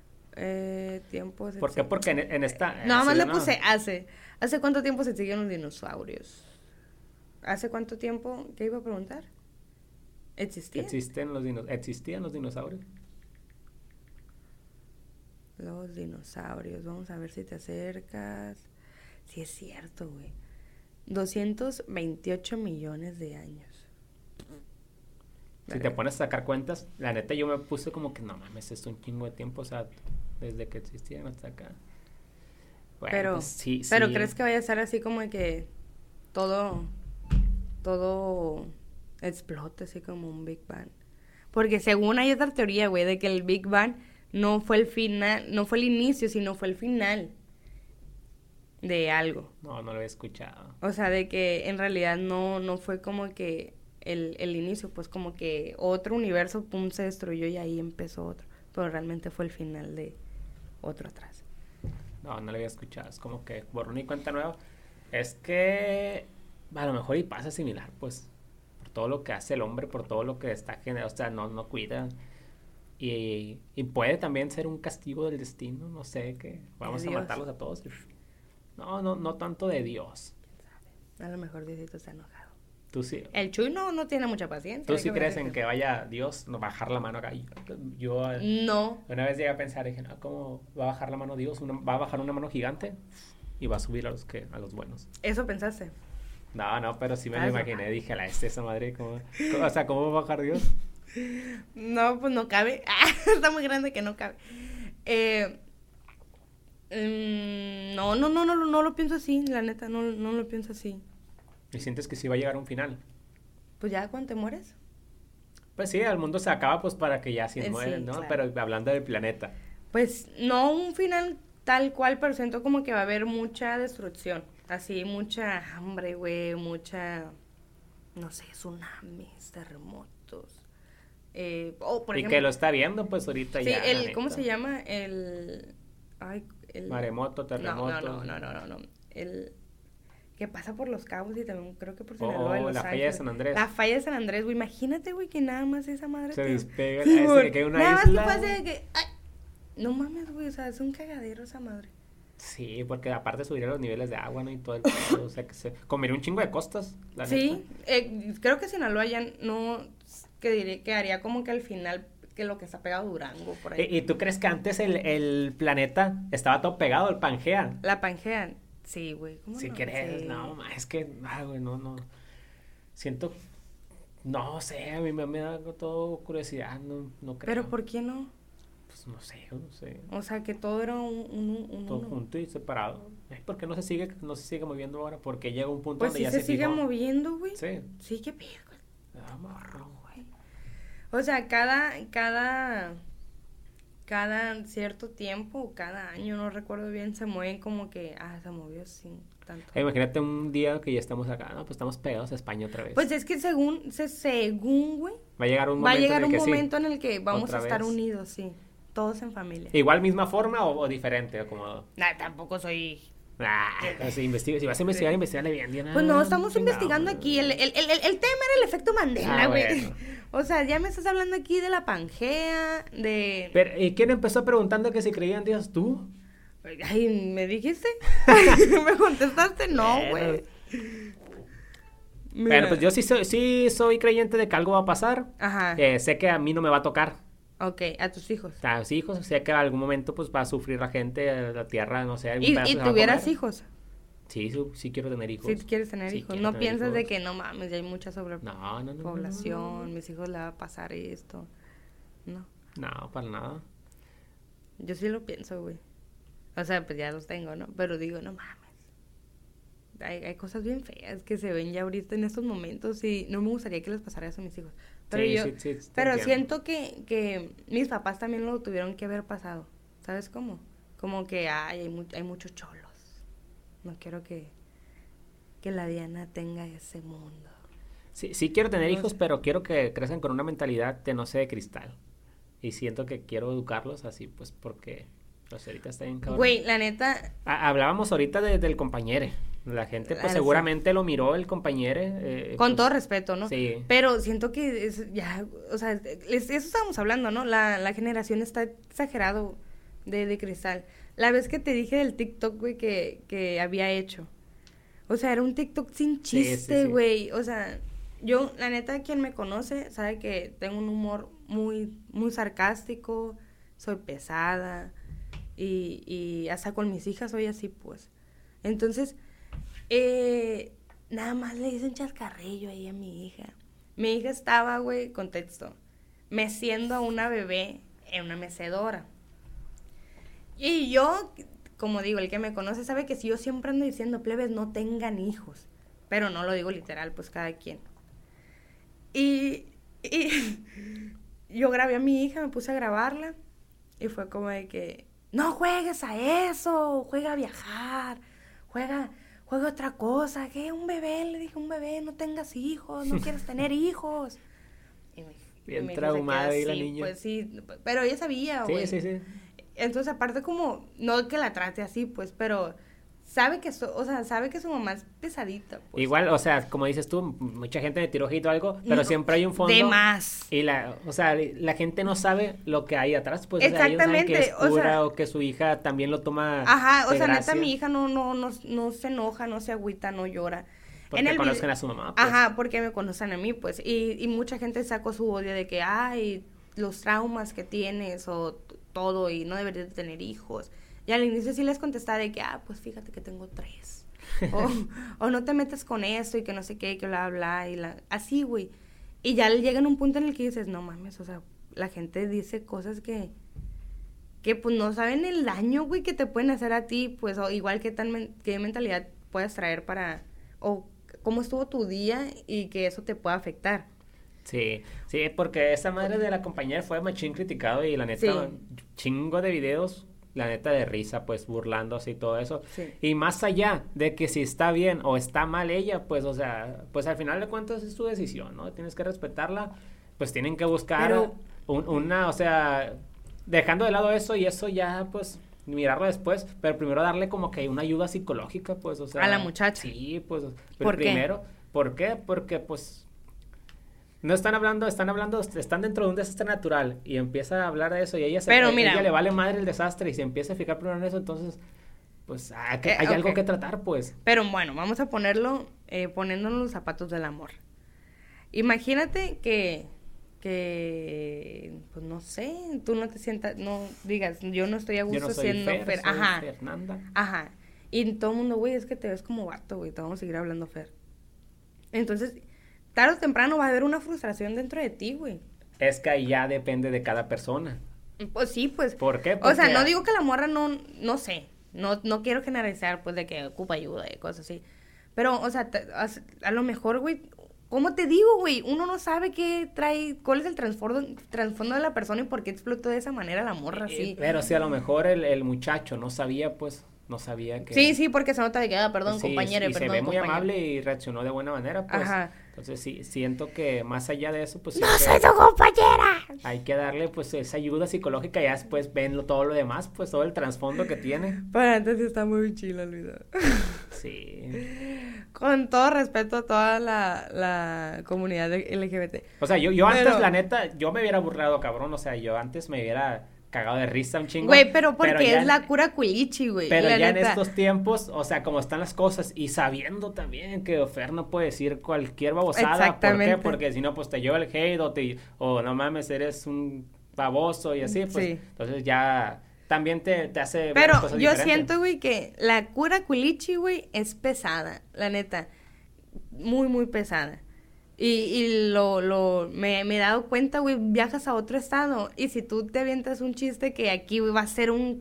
Tiempos. ¿Por qué? Porque en esta... Nada más sí, le no. puse hace. ¿Hace cuánto tiempo se extinguieron los dinosaurios? ¿Hace cuánto tiempo? ¿Qué iba a preguntar? ¿Existían? ¿Existían los dinosaurios? Los dinosaurios. Vamos a ver si te acercas. Sí, es cierto, güey. 228 millones de años. Si te pones a sacar cuentas, la neta yo me puse como que no mames, es un chingo de tiempo, o sea, desde que existían hasta acá. Bueno, Pero, pues, sí. ¿crees que vaya a ser así como de que todo explote así como un Big Bang? Porque según hay otra teoría, güey, de que el Big Bang no fue el final, no fue el inicio, sino fue el final de algo. No lo había escuchado. O sea, de que en realidad no fue como que el inicio, pues como que otro universo, pum, se destruyó y ahí empezó otro. Pero realmente fue el final de otro atrás. No lo había escuchado, es como que borrón y cuenta nueva. Es que a lo mejor y pasa similar, pues, por todo lo que hace el hombre, por todo lo que está generando, o sea, no cuida. Y puede también ser un castigo del destino, no sé, que vamos a Dios. matarlos a todos. No tanto de Dios. A lo mejor Diosito está enojado. Tú sí. El Chuy no tiene mucha paciencia. ¿Tú hay sí que crees ver en que vaya Dios no bajar la mano acá? Yo No. una vez llegué a pensar, dije, no, ¿cómo va a bajar la mano Dios? Va a bajar una mano gigante y va a subir a los buenos. Eso pensaste. No, pero sí me lo Eso. imaginé. Dije, esa madre, ¿cómo va a bajar Dios? No, pues no cabe. Está muy grande que no cabe. No lo pienso así, la neta, no lo pienso así. ¿Y sientes que sí va a llegar a un final? Pues ya cuando te mueres. Pues sí, el mundo se acaba pues para que ya se Sí, mueren, ¿no? claro. Pero hablando del planeta. Pues no un final tal cual, pero siento como que va a haber mucha destrucción. Así, mucha hambre, güey, no sé, tsunamis, terremotos. Por y ejemplo, que lo está viendo, pues, ahorita sí, ya, la ¿cómo neta. se llama? El Maremoto, terremoto. no. El que pasa por Los Cabos y también creo que por Sinaloa y Los La falla de Ángeles. San Andrés. La falla de San Andrés, güey. Imagínate, güey, que nada más esa madre Se despega, Sí, ese que hay una nada más que isla. pase de que... ay, no mames, güey, o sea, es un cagadero esa madre. Sí, porque aparte subiría los niveles de agua, ¿no? Y todo el pedo, o sea, que se comería un chingo de costas, la Sí, neta. creo que Sinaloa ya no... Que diré que haría como que al final que lo que está pegado Durango, por ahí. ¿Y tú crees que antes el planeta estaba todo pegado, el Pangea? La Pangea, sí, güey. ¿Cómo Si no? quieres, Sí. no, es que, güey, no. Siento, no sé, a mí me da todo curiosidad, no creo. Pero ¿por qué no? Pues no sé. O sea, que todo era un Todo uno. junto y separado. ¿Por qué no se sigue moviendo ahora? Porque llega un punto Pues donde sí ya se sigue fijó. moviendo, güey. Sí. Sí, qué pedo. Morro, güey. O sea, cada cierto tiempo, cada año, no recuerdo bien, se mueven como que, se movió sin tanto. Imagínate un día que ya estamos acá, no, pues estamos pegados a España otra vez. Pues es que según, güey, va a llegar un va a momento llegar en el un que momento en el que vamos otra a estar vez. unidos, sí. Todos en familia. ¿Igual misma forma o diferente? O como... Tampoco soy... si vas a investigar, investigale bien, Diana. Pues no, estamos Chingado, investigando güey. aquí. El tema era el efecto Mandela, güey. Bueno. O sea, ya me estás hablando aquí de la Pangea, de... Pero, ¿y quién empezó preguntando que si creían Dios? ¿Tú? Ay, ¿me dijiste? ¿Me contestaste? No, güey. Mira. Bueno, pues yo sí soy creyente de que algo va a pasar. Ajá. Sé que a mí no me va a tocar. Ok, a tus hijos. A los hijos, sé que en algún momento pues va a sufrir la gente, la tierra, no sé, algún ¿Y pedazo se va a tuvieras comer. hijos? Sí quiero tener hijos. Si quieres tener Sí hijos. quiero No tener piensas de hijos. que no mames, ya hay mucha No. sobrepoblación, mis hijos le va a pasar esto. No. No, para nada. Yo sí lo pienso, güey. O sea, pues ya los tengo, ¿no? Pero digo, no mames. Hay cosas bien feas que se ven ya ahorita en estos momentos y no me gustaría que les pasara eso a mis hijos. Pero Sí, te pero entiendo. siento que mis papás también lo tuvieron que haber pasado. ¿Sabes cómo? Como que hay muchos cholos. No quiero que la Diana tenga ese mundo. Sí quiero tener No hijos, sé. pero quiero que crezcan con una mentalidad de no sé, de cristal. Y siento que quiero educarlos así, pues porque pues ahorita está bien cabrón. Güey, la neta, Hablábamos ahorita del compañere. La gente pues Claro, seguramente lo miró el compañere. con pues, todo respeto, ¿no? Sí. Pero siento que ya, o sea, eso estábamos hablando, ¿no? La generación está exagerado de cristal. La vez que te dije del TikTok, güey, que había hecho. O sea, era un TikTok sin Sí, chiste, sí. güey. O sea, yo, la neta, quien me conoce sabe que tengo un humor muy, muy sarcástico, soy pesada y hasta con mis hijas soy así, pues. Entonces, nada más le hice un chascarrillo ahí a mi hija. Mi hija estaba, güey, contexto, meciendo a una bebé en una mecedora. Y yo, como digo, el que me conoce sabe que si yo siempre ando diciendo, plebes, no tengan hijos. Pero no lo digo literal, pues cada quien. Y yo grabé a mi hija, me puse a grabarla. Y fue como de que, no juegues a eso, juega a viajar, juega otra cosa. ¿Qué? Un bebé, le dije, un bebé, no tengas hijos, no quieres tener hijos. Y Bien mi hija se traumada queda ahí la así, niña. Pues sí, pero ella sabía, güey. Sí. Entonces, aparte como, no que la trate así, pues, pero sabe que, sabe que su mamá es pesadita, pues. Igual, o sea, como dices tú, mucha gente me tiró ojito o algo, pero siempre hay un fondo. De más. Y la gente no sabe lo que hay atrás, pues. O sea, ellos saben que Exactamente, es o cura sea, o que su hija también lo toma. Ajá, o de sea, gracia, neta, mi hija no se enoja, no se agüita, no llora. Porque conocen a su mamá, pues. Ajá, porque me conocen a mí, pues. Y mucha gente sacó su odio de que, ay, los traumas que tienes o todo y no deberías de tener hijos. Y al inicio sí les contestaba de que, pues fíjate que tengo 3. o no te metas con esto y que no sé qué, que bla, bla, así, güey. Y ya llegan a un punto en el que dices, no mames, o sea, la gente dice cosas que pues no saben el daño, güey, que te pueden hacer a ti, pues, o igual qué mentalidad puedes traer o cómo estuvo tu día y que eso te pueda afectar. Sí, porque esa madre de la compañera fue machín criticado y la neta, Sí. chingo de videos, la neta de risa, pues burlándose y todo eso. Sí. Y más allá de que si está bien o está mal ella, pues, o sea, pues al final de cuentas es tu decisión, ¿no? Tienes que respetarla. pues tienen que buscar Pero- o sea, dejando de lado eso y eso ya, pues, mirarlo después, pero primero darle como que una ayuda psicológica, pues, o sea. A la muchacha. Sí, pues, ¿Por qué? primero, ¿por qué? Porque, pues, no están hablando, están dentro de un desastre natural y empieza a hablar de eso y Pero mira, ella le vale madre el desastre y se empieza a fijar primero en eso, entonces, pues, hay algo ok. que tratar, pues. Pero bueno, vamos a ponerlo poniéndonos los zapatos del amor. Imagínate que pues no sé, tú no te sientas, no digas, yo no estoy a Yo gusto no soy siendo Fer, soy Ajá, Fernanda. ajá. Y todo el mundo, güey, es que te ves como vato, güey, te vamos a seguir hablando Fer. Entonces, tarde o temprano va a haber una frustración dentro de ti, güey. Es que ahí ya depende de cada persona. Pues sí, pues. ¿Por qué? O sea, Porque- no digo que la morra no sé, no quiero generalizar, pues, de que ocupa ayuda y cosas así. Pero, o sea, a lo mejor, güey, ¿cómo te digo, güey? Uno no sabe qué trae, cuál es el trasfondo de la persona y por qué explotó de esa manera la morra, así. Pero si a lo mejor el muchacho no sabía, pues, no sabía que... Sí, porque se nota de que, perdón, Sí, compañera, y perdón, se ve muy compañero. amable y reaccionó de buena manera, pues. Ajá. Entonces sí, siento que más allá de eso, pues sí ¡No que soy tu compañera! hay que darle, pues, esa ayuda psicológica y ya después ven todo lo demás, pues, todo el trasfondo que tiene. Para antes está muy chila, Luisa. Sí. Con todo respeto a toda la comunidad LGBT. O sea, yo antes, Pero- la neta, yo me hubiera burlado, cabrón. O sea, yo antes me hubiera cagado de risa un chingo. Güey, pero porque ya es la cura culichi, güey. Pero la ya en neta. estos tiempos, o sea, como están las cosas y sabiendo también que Fer no puede decir cualquier babosada. Exactamente. ¿Por qué? Porque si no, pues te lleva el hate o no mames, eres un baboso y así, pues. Sí. Entonces ya también te hace ver Pero las cosas yo diferentes. siento, güey, que la cura culichi, güey, es pesada, la neta. Muy, muy pesada. Y me he dado cuenta, güey, viajas a otro estado y si tú te avientas un chiste que aquí güey, va a ser un...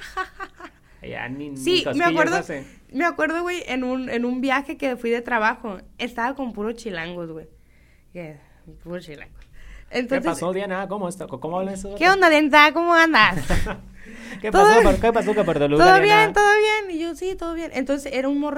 Ya ni Sí, ni me acuerdo, cosquillas hace. güey, en un viaje que fui de trabajo, estaba con puros chilangos, güey. Puros chilangos. Entonces, ¿Qué pasó, Diana? ¿Cómo está? ¿Cómo hablan eso? ¿qué onda, Densa? ¿Cómo andas? ¿Qué Todo- pasó? ¿Qué pasó que Portoluca, Todo Diana? bien, todo bien. Y yo, sí, todo bien. Entonces, era un morro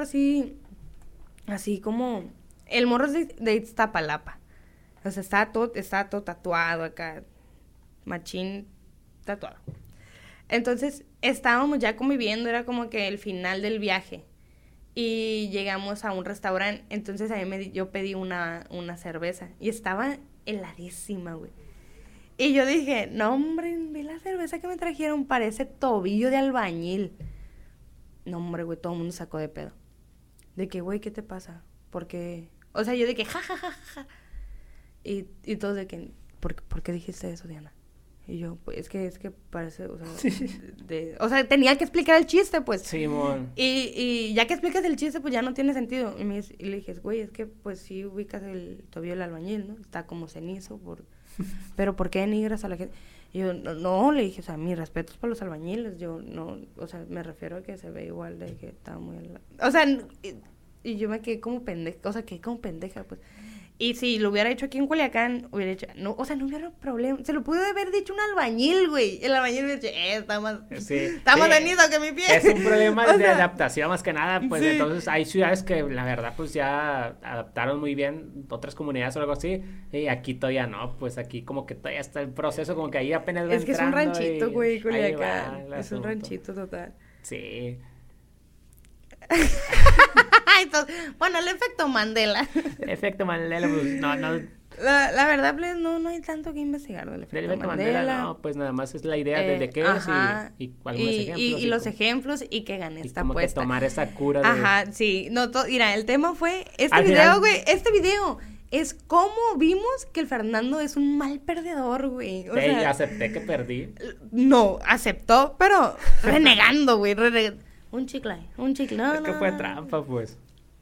así como... El morro es de Iztapalapa. O sea, estaba todo tatuado acá. Machín tatuado. Entonces, estábamos ya conviviendo, era como que el final del viaje. Y llegamos a un restaurante. Entonces, yo pedí una cerveza. Y estaba heladísima, güey. Y yo dije, no, hombre, ve la cerveza que me trajeron, parece tobillo de albañil. No, hombre, güey, todo el mundo sacó de pedo. De que, güey, ¿qué te pasa? Porque, o sea, yo de que, ja, ja, ja, ja. Y todos de que, ¿por qué dijiste eso, Diana? Y yo, pues, es que parece, o sea, o sea, tenía que explicar el chiste, pues. Simón. Y ya que explicas el chiste, pues ya no tiene sentido. Y le dije, güey, es que pues sí ubicas el tobillo del albañil, ¿no? Está como cenizo, pero ¿por qué denigras a la gente? Y yo, no, le dije, o sea, mis respetos para los albañiles, yo no, o sea, me refiero a que se ve igual de que está muy... O sea, y yo me quedé como pendeja, o sea, quedé como pendeja, pues. Y si lo hubiera hecho aquí en Culiacán, hubiera hecho, no, o sea, no hubiera problema. Se lo pude haber dicho un albañil, güey. El albañil hubiera dicho, está más cenizo que mi pie. Es un problema O de sea, adaptación más que nada, pues sí. entonces hay ciudades que la verdad pues ya adaptaron muy bien otras comunidades o algo así, y aquí todavía no, pues aquí como que todavía está el proceso, como que ahí apenas va Es que es un entrando ranchito, y güey, ahí Culiacán. va el Es un asunto. ranchito total. Sí, Entonces, bueno, el efecto Mandela. efecto Mandela, pues no, La verdad, pues, no hay tanto que investigar del del efecto efecto Mandela. Mandela no, pues nada más es la idea de qué Ajá. es y algunos ejemplos. Y los ejemplos y que gané y esta como que apuesta. tomar esa cura de... Ajá, sí. No, mira, el tema fue Al final- este video es cómo vimos que el Fernando es un mal perdedor, güey. O Sí, sea, acepté que perdí. no, aceptó, pero renegando, güey. Un chicle. No, Es que no, fue no. trampa, pues.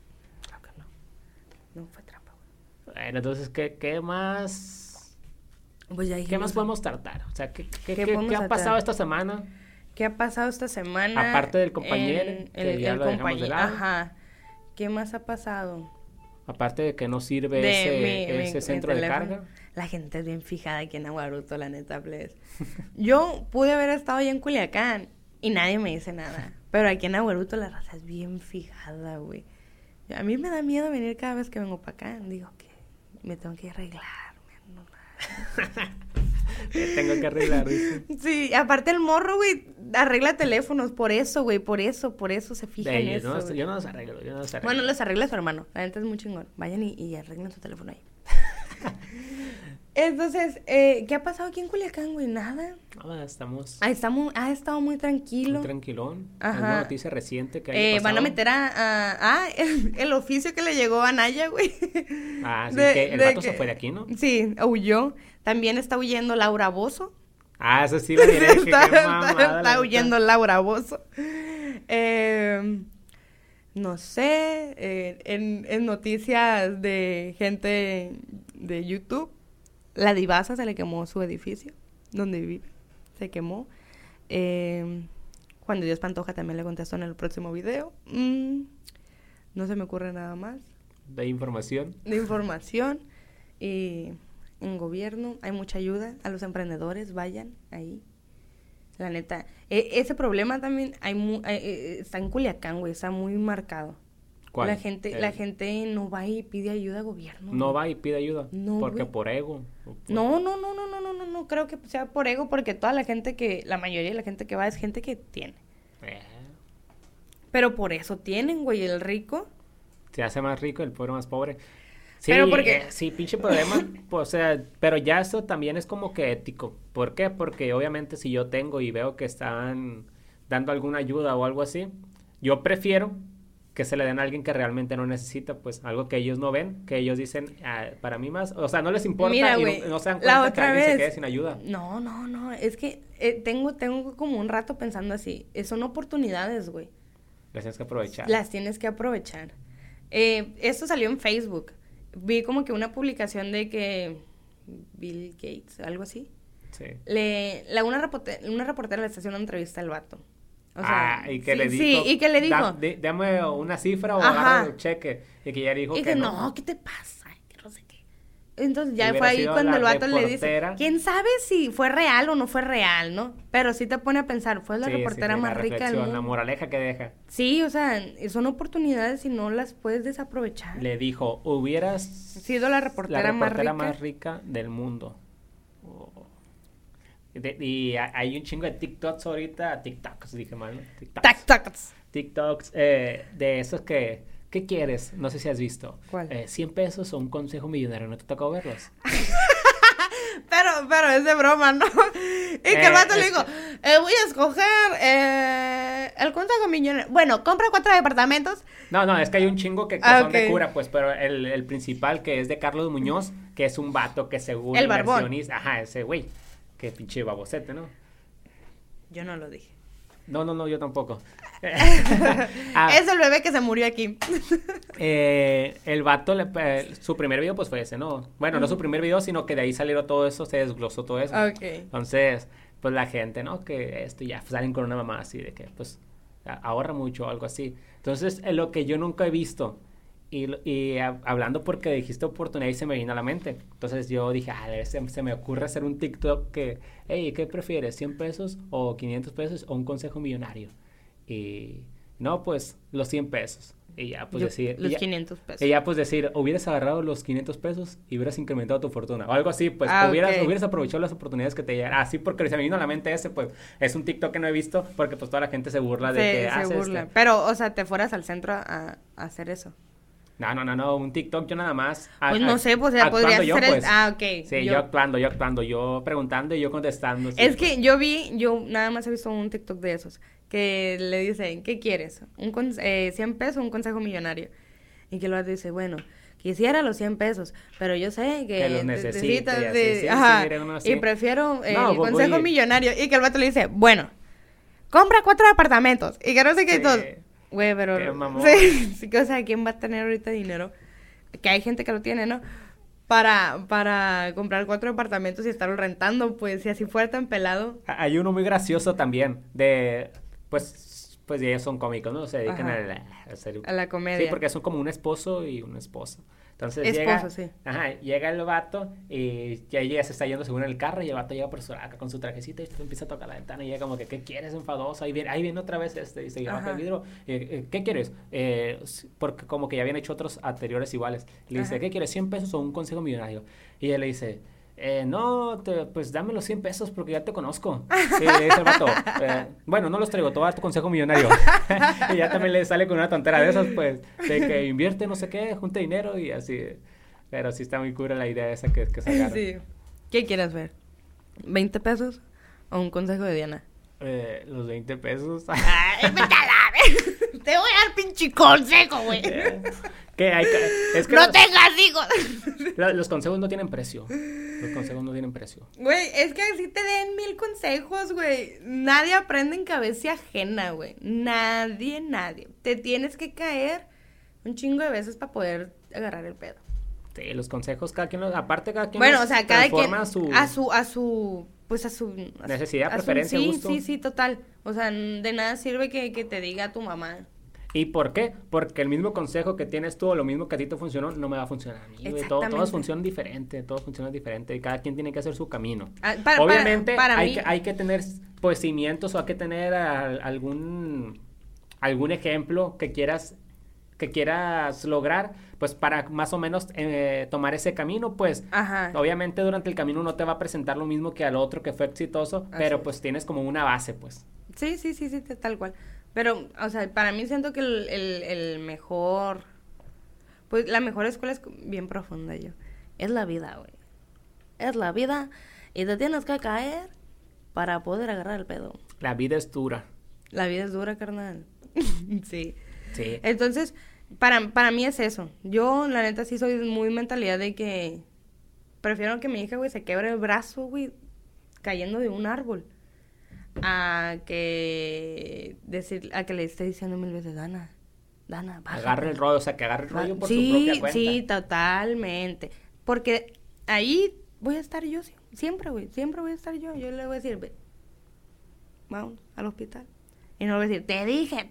No fue trampa, güey. Bueno, entonces, ¿qué más? Pues ya ¿Qué dijimos. más podemos tratar? O sea, ¿Qué ¿qué podemos ha tratar? pasado esta semana? ¿Qué ha pasado esta semana? Aparte del compañero, que ya lo dejamos de lado. Ajá. ¿Qué más ha pasado? Aparte de que no sirve ese centro de teléfono. carga. La gente es bien fijada aquí en Aguaruto, la neta, please. Yo pude haber estado allá en Culiacán y nadie me dice nada. Pero aquí en Aguaruto la raza es bien fijada, güey. A mí me da miedo venir cada vez que vengo para acá. Digo que me tengo que arreglar. Tengo que arreglar, dice. Sí, aparte el morro, güey, arregla teléfonos, por eso, güey, por eso se fija en eso, güey. Yo no los arreglo. Bueno, los arregla su hermano, la neta es muy chingón. Vayan y arreglen su teléfono ahí. Entonces, ¿qué ha pasado aquí en Culiacán, güey? Nada. Estamos... Ha estado muy tranquilo. Muy tranquilón. Ajá. ¿Alguna noticia reciente que haya pasado? Van a meter el oficio que le llegó a Naya, güey. Sí, que el vato se fue de aquí, ¿no? Sí, huyó. También está huyendo Laura Bozzo. Eso sí lo diré. Está huyendo Laura Bozzo. No sé, en noticias de gente de YouTube, la Divasa se le quemó su edificio donde vive, se quemó. Juan de Dios Pantoja también le contestó en el próximo video. No se me ocurre nada más. De información. Y en gobierno hay mucha ayuda a los emprendedores, vayan ahí. La neta, ese problema también está en Culiacán, güey, está muy marcado. ¿Cuál? La gente no va y pide ayuda al gobierno. No va y pide ayuda. No, porque güey. Por ego. No creo que sea por ego, porque la mayoría de la gente que va es gente que tiene. Pero por eso tienen, güey, el rico. Se hace más rico, el pobre más pobre. Sí, pero porque... sí, pinche problema, pues, o sea, pero ya eso también es como que ético. ¿Por qué? Porque obviamente si yo tengo y veo que están dando alguna ayuda o algo así, yo prefiero que se le den a alguien que realmente no necesita, pues, algo que ellos no ven, que ellos dicen, para mí más, o sea, no les importa. Mira, y güey, no se dan cuenta que alguien vez... se quede sin ayuda. No, es que tengo como un rato pensando así, son oportunidades, güey. Las tienes que aprovechar. Las tienes que aprovechar. Esto salió en Facebook. Vi como que una publicación de que Bill Gates, algo así. Sí. Una reportera le está haciendo una entrevista al vato. O sea, y que le dijo. Sí, y que le dijo. Dame una cifra o agarra el cheque. Y que ella dijo y que no, ¿qué te pasa? Que no sé qué. Entonces ya Hubiera fue ahí sido cuando la el vato le dice, reportera. ¿quién sabe si fue real o no fue real, no? Pero sí te pone a pensar, fue la reportera más rica del mundo. La moraleja que deja. Sí, o sea, son oportunidades y no las puedes desaprovechar. Le dijo, hubieras sido la reportera más rica del mundo. Y hay un chingo de TikToks ahorita, TikToks, dije mal, ¿no? TikToks de esos que... ¿Qué quieres? No sé si has visto. ¿Cuál? 100 pesos o un consejo millonario. ¿No te tocó verlos? pero es de broma, ¿no? Y que el vato le dijo, voy a escoger el consejo millonario. Bueno, compra 4 departamentos. No, es que hay un chingo que son de cura, pues, pero el principal que es de Carlos Muñoz, que es un vato que según el inversionista. Ajá, ese güey. Qué pinche babocete, ¿no? Yo no lo dije. No, yo tampoco. Es el bebé que se murió aquí. El vato, su primer video pues fue ese, ¿no? Bueno, no su primer video, sino que de ahí salieron todo eso, se desglosó todo eso. Okay. Entonces, pues la gente, ¿no? Que ya salen con una mamá así de que, pues, ahorra mucho o algo así. Entonces, lo que yo nunca he visto, y hablando porque dijiste oportunidad y se me vino a la mente. Entonces yo dije, se me ocurre hacer un TikTok que, hey, ¿qué prefieres? ¿100 pesos o 500 pesos o un consejo millonario? Y no, pues los 100 pesos. Y ya pues decir... Los 500 pesos. Y ya pues decir, hubieras agarrado los 500 pesos y hubieras incrementado tu fortuna. O algo así, pues hubieras aprovechado las oportunidades que te llegan. Así porque se me vino a la mente pues es un TikTok que no he visto porque pues toda la gente se burla de que hace burla. Pero, o sea, te fueras al centro a hacer eso. No, un TikTok yo nada más. Pues no sé, pues ya podría ser pues. ok. Sí, yo actuando, yo preguntando y yo contestando. Sí, es que yo nada más he visto un TikTok de esos, que le dicen, ¿qué quieres? 100 pesos o un consejo millonario. Y que lo dice, bueno, quisiera los 100 pesos, pero yo sé que los necesitas. Y prefiero el consejo millonario. Y que el vato le dice, bueno, compra 4 departamentos. Y que no sé qué y todo. Güey, pero... Sí, o sea, ¿quién va a tener ahorita dinero? Que hay gente que lo tiene, ¿no? Para comprar 4 departamentos y estarlo rentando, pues, si así fuera tan pelado. Hay uno muy gracioso también, pues ellos son cómicos, ¿no? Se dedican a la comedia. Sí, porque son como un esposo y una esposa. Entonces llega el vato y ya ella se está yendo según el carro y el vato llega por con su trajecito y empieza a tocar la ventana y llega como que, ¿qué quieres, enfadoso? Ahí viene otra vez y se baja el vidrio. ¿Qué quieres? Porque como que ya habían hecho otros anteriores iguales. Le dice, ¿qué quieres? 100 pesos o un consejo millonario. Y ella le dice, No, pues dame los 100 pesos porque ya te conozco. Sí, le dice el vato. Bueno, no los traigo, te voy a dar tu consejo millonario. Y ya también le sale con una tontera de esas, pues, de que invierte no sé qué, junta dinero y así. Pero sí está muy cura la idea esa que sacaron. Sí. ¿Qué quieres ver? ¿20 pesos o un consejo de Diana? Los 20 pesos. ¡Ay, vete a la vez! Te voy a dar pinche consejo, güey. Es que no tengas hijos. Los consejos no tienen precio. Los consejos no tienen precio. Güey, es que así te den 1000 consejos, güey. Nadie aprende en cabeza ajena, güey. Nadie. Te tienes que caer un chingo de veces para poder agarrar el pedo. Sí, los consejos cada quien aparte cada quien bueno, o sea, cada quien a su necesidad, preferencia, gusto. Sí, total. O sea, de nada sirve que te diga tu mamá. ¿Y por qué? Porque el mismo consejo que tienes tú o lo mismo que a ti te funcionó no me va a funcionar a mí. Todos funcionan diferente, y cada quien tiene que hacer su camino. Obviamente hay que tener pues cimientos o hay que tener algún ejemplo que quieras lograr, pues para más o menos tomar ese camino, pues. Ajá. Obviamente durante el camino no te va a presentar lo mismo que al otro que fue exitoso, pero pues tienes como una base, pues. Sí, tal cual. Pero, o sea, para mí siento que el mejor, pues la mejor escuela es bien profunda, es la vida, güey. Es la vida y te tienes que caer para poder agarrar el pedo. La vida es dura. La vida es dura, carnal. Sí. Entonces, para mí es eso. Yo, la neta, sí soy muy mentalidad de que prefiero que mi hija, güey, se quiebre el brazo, güey, cayendo de un árbol, a que le esté diciendo 1000 veces, Dana, bájate. Agarre el rollo, o sea, que agarre el rollo por su propia cuenta. Sí, totalmente. Porque ahí voy a estar yo siempre, güey, siempre voy a estar yo. Yo le voy a decir, vamos al hospital. Y no le voy a decir, te dije.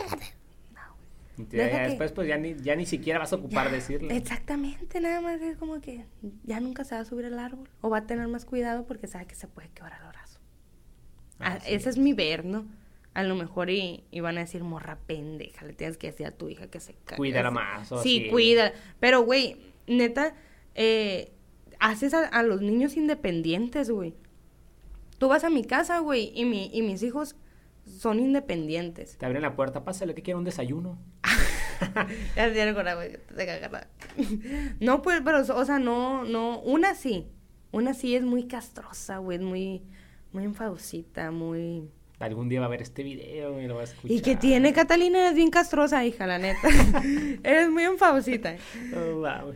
Y después pues ya ni siquiera vas a ocupar decirle. Exactamente, nada más es como que ya nunca se va a subir al árbol o va a tener más cuidado porque sabe que se puede quebrar el brazo. Ese es mi ver, ¿no? A lo mejor y van a decir, morra pendeja, le tienes que decir a tu hija que se cague. Cuídala más. Sí, cuídala. Pero, güey, neta, haces a los niños independientes, güey. Tú vas a mi casa, güey, y mis hijos son independientes. Te abren la puerta, pásale que quiero un desayuno. Ya se con agua, te cagas. No, pues, pero, o sea, no, una sí es muy castrosa, güey, muy enfadosita, muy... Algún día va a ver este video y lo va a escuchar. ¿Y qué tiene, Catalina? Eres bien castrosa, hija, la neta. Eres muy enfadosita. Oh, vamos.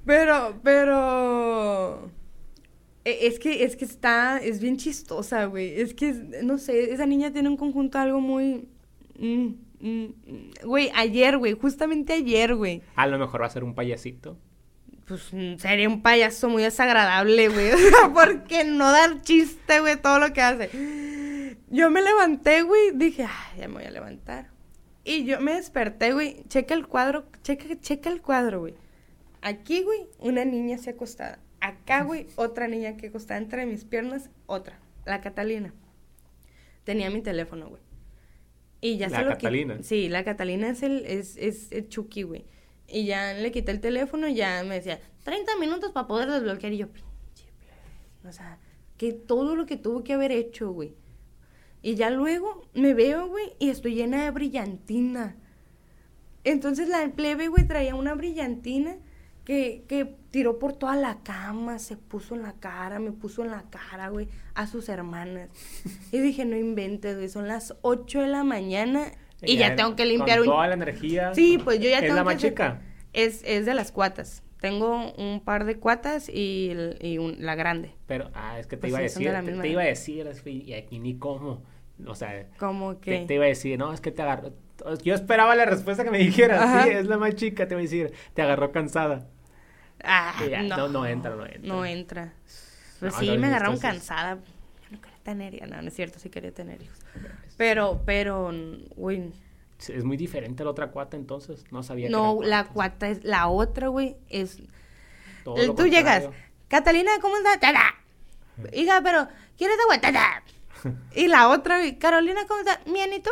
Pero... Es que es bien chistosa, güey. Es que, no sé, esa niña tiene un conjunto algo muy... Güey, justamente ayer, güey. A lo mejor va a ser un payasito. Pues sería un payaso muy desagradable, güey. O sea, ¿por qué no dar chiste, güey? Todo lo que hace. Yo me levanté, güey. Dije, ya me voy a levantar. Y yo me desperté, güey. Checa el cuadro, güey. Aquí, güey, una niña así acostada. Acá, güey, otra niña que acostada entre mis piernas, otra. La Catalina. Tenía mi teléfono, güey. Y ya ¿La Catalina? Sí, la Catalina es el Chucky, güey. Y ya le quité el teléfono y ya me decía, 30 minutos para poder desbloquear. Y yo, pinche, o sea, que todo lo que tuvo que haber hecho, güey. Y ya luego me veo, güey, y estoy llena de brillantina. Entonces la plebe, güey, traía una brillantina que tiró por toda la cama, se puso en la cara, me puso en la cara, güey, a sus hermanas. Y dije, no inventes, güey, son las 8 de la mañana... Y ya tengo que limpiar con toda la energía. Sí, pues yo ya tengo que... ¿Es la más chica? Es de las cuatas. Tengo un par de cuatas y la grande. Pero, es que te iba a decir, te iba a decir, y aquí ni cómo. O sea, ¿cómo que? Te iba a decir, no, es que te agarró. Yo esperaba la respuesta que me dijeras. Ajá. Sí, es la más chica, te iba a decir, te agarró cansada. Ya, no entra. No entra. Pues no, sí, me agarraron cansada. Yo no quería tener, no es cierto, sí quería tener hijos. Pero, güey. Es muy diferente a la otra cuata, entonces. No sabía. No, la cuata es... La otra, güey, es... Tú llegas. Catalina, ¿cómo estás? ¡Tada! Hija, pero... ¿Quieres agua? ¡Tada! Y la otra, güey. Carolina, ¿cómo estás? Bien, ¿y tú?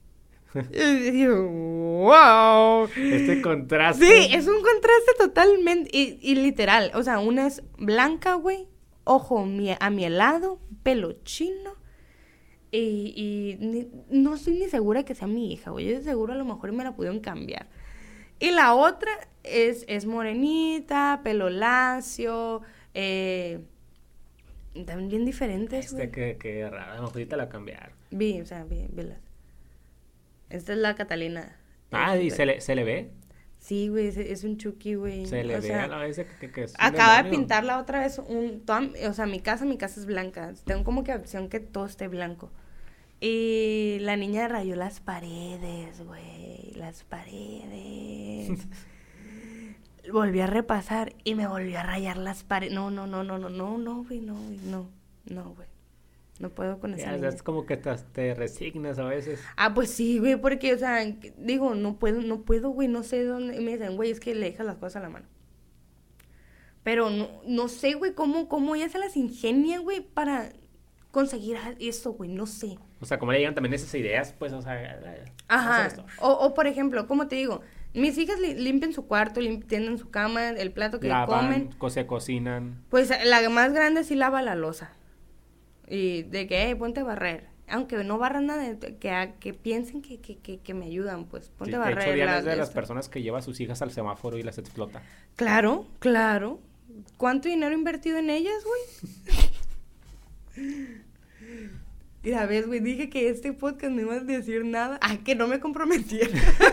Y digo, wow. Este contraste. Sí, es un contraste totalmente... Y literal. O sea, una es blanca, güey. a mi lado, pelo chino. No estoy ni segura que sea mi hija, güey. Yo de seguro a lo mejor me la pudieron cambiar. Y la otra es morenita, pelo lacio, también bien diferentes, güey. Que raro, a lo mejor te la cambiaron. Velas. Esta es la Catalina. ¿Y se le ve? Sí, güey, es un Chucky, güey. Se le ve a la vez que es un acaba de demonio. pintarla otra vez mi casa es blanca. Tengo como que opción que todo esté blanco. Y la niña rayó las paredes, güey. Las paredes. Volví a repasar y me volvió a rayar las paredes. No, güey, no, güey. No puedo con esa niña. Es como que te resignas a veces. Pues sí, güey, porque, o sea, digo, no puedo, güey, no sé dónde. Y me dicen, güey, es que le dejas las cosas a la mano. Pero no sé, güey, cómo ella se las ingenia, güey, para conseguir eso, güey, no sé. O sea, como le llegan también esas ideas, pues, o sea... Ajá, o por ejemplo, como te digo, mis hijas limpian su cuarto, tienden su cama, el plato que comen. Se cocinan. Pues la más grande sí lava la loza. Y de que, ponte a barrer. Aunque no barran nada, que piensen que me ayudan, pues, ponte a barrer. De hecho, Diana es de las personas que lleva a sus hijas al semáforo y las explota. Claro. ¿Cuánto dinero invertido en ellas, güey? Mira, ves, güey, dije que este podcast no iba a decir nada. Que no me comprometiera.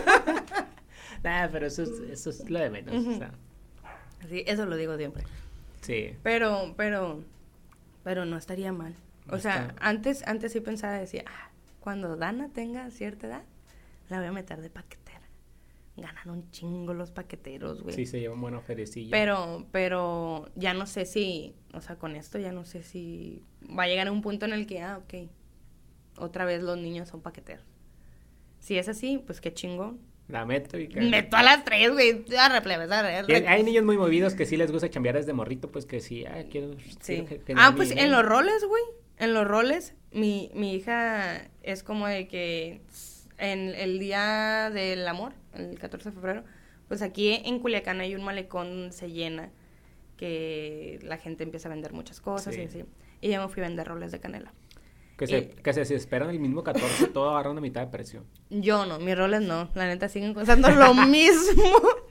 Pero eso es lo de menos, o sea. Sí, eso lo digo siempre. Sí. Pero no estaría mal. O sea, antes sí pensaba, decía, cuando Dana tenga cierta edad, la voy a meter de paquetera. Ganan un chingo los paqueteros, güey. Sí, se llevan buena ferecilla. Pero ya no sé si, o sea, con esto ya no sé si va a llegar a un punto en el que, ok, otra vez los niños son paqueteros. Si es así, pues qué chingón. La meto y... Meto a las 3, güey. Hay niños muy movidos que sí les gusta chambear desde morrito, pues que sí, quiero... Sí. quiero Pues en los roles, güey. En los roles, mi hija es como de que en el Día del Amor, el 14 de febrero, pues aquí en Culiacán hay un malecón, se llena, que la gente empieza a vender muchas cosas y así. Y yo me fui a vender roles de canela. Que se esperan el mismo 14, todo agarra una mitad de precio. Yo no, mis roles no, la neta siguen costando lo mismo.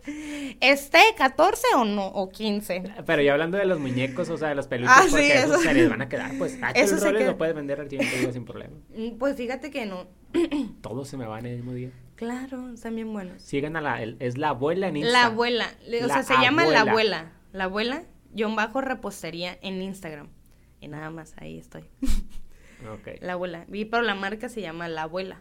14 o no, o 15. Pero ya hablando de los muñecos, o sea, de los peluches, porque esos se les van a quedar, pues, esos los roles lo puedes vender al tiempo sin problema. Pues fíjate que no. Todos se me van el mismo día. Claro, están bien buenos. Sigan es la abuela en Instagram. La abuela, se llama la abuela. La abuela, _repostería en Instagram. Y nada más, ahí estoy. Okay. La abuela. Pero la marca se llama La Abuela.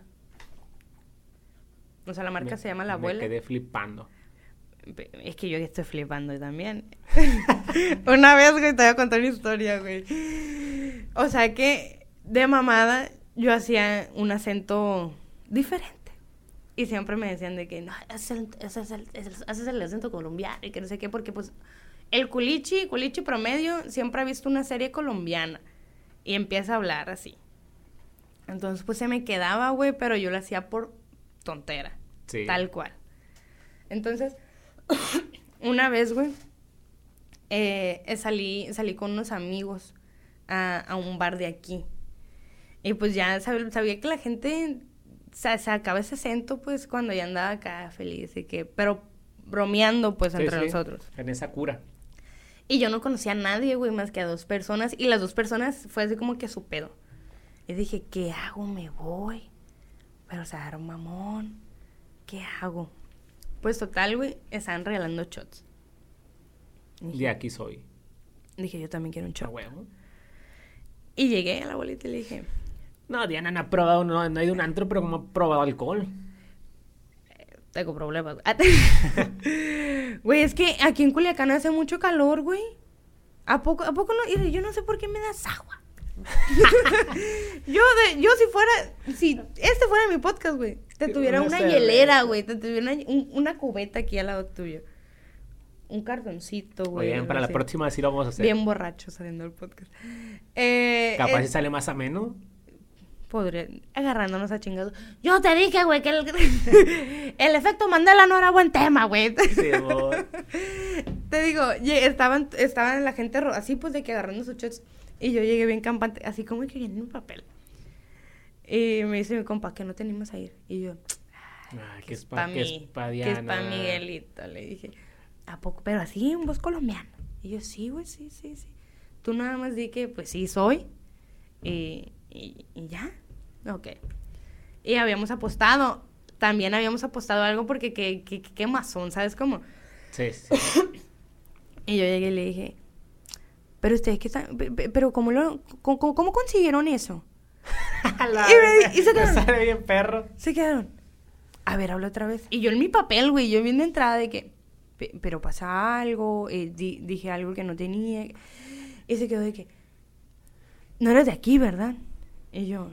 O sea, la marca se llama La Abuela. Me quedé flipando. Es que yo estoy flipando también. Una vez, güey, te voy a contar una historia, güey. O sea que de mamada yo hacía un acento diferente. Y siempre me decían de que no, haces el acento colombiano y que no sé qué, porque pues el culichi promedio siempre ha visto una serie colombiana. Y empieza a hablar así. Entonces, pues se me quedaba, güey, pero yo lo hacía por tontera. Sí. Tal cual. Entonces, una vez, güey, salí con unos amigos a un bar de aquí. Y pues ya sabía que la gente sacaba ese acento, pues, cuando ya andaba acá feliz. Pero bromeando, pues, entre nosotros. En esa cura. Y yo no conocía a nadie, güey, más que a 2 personas. Y las 2 personas fue así como que su pedo. Y dije, ¿qué hago? Me voy. Pero, o sea, era un mamón. ¿Qué hago? Pues, total, güey, estaban regalando shots. De aquí soy. Dije, yo también quiero un shot. Huevo. Y llegué a la abuelita y le dije... No, Diana no ha probado, no ha ido a un antro, pero como ha probado alcohol. Tengo problemas. Güey, es que aquí en Culiacán hace mucho calor, güey. ¿A poco no? Yo no sé por qué me das agua. yo si este fuera mi podcast, güey, te tuviera una hielera, güey, te tuviera una cubeta aquí al lado tuyo. Un cartoncito, güey. Oigan, para la próxima sí lo vamos a hacer. Bien borracho saliendo del podcast. Capaz si sale más ameno. Podría, agarrándonos a chingados. Yo te dije, güey, que el efecto Mandela no era buen tema, güey. Sí, amor. Te digo, estaban la gente así, pues, de que agarrando sus shots. Y yo llegué bien campante, así como que en un papel. Y me dice mi compa que no teníamos a ir. Y yo, que es pa' Diana. Que es pa' Miguelito. Le dije, ¿a poco? Pero así, en voz colombiana. Y yo, sí, güey, sí. Tú nada más di que, pues, sí soy. Y ya. Ok. Y habíamos apostado. También habíamos apostado algo porque qué mazón, ¿sabes cómo? Sí. Y yo llegué y le dije, pero ustedes qué están, pero ¿cómo consiguieron eso? Y se quedaron. Sale bien perro. Se quedaron. A ver, habla otra vez. Y yo en mi papel, güey, yo vi de entrada de que, pero pasa algo, dije algo que no tenía. Y se quedó de que, no eres de aquí, ¿verdad? Y yo,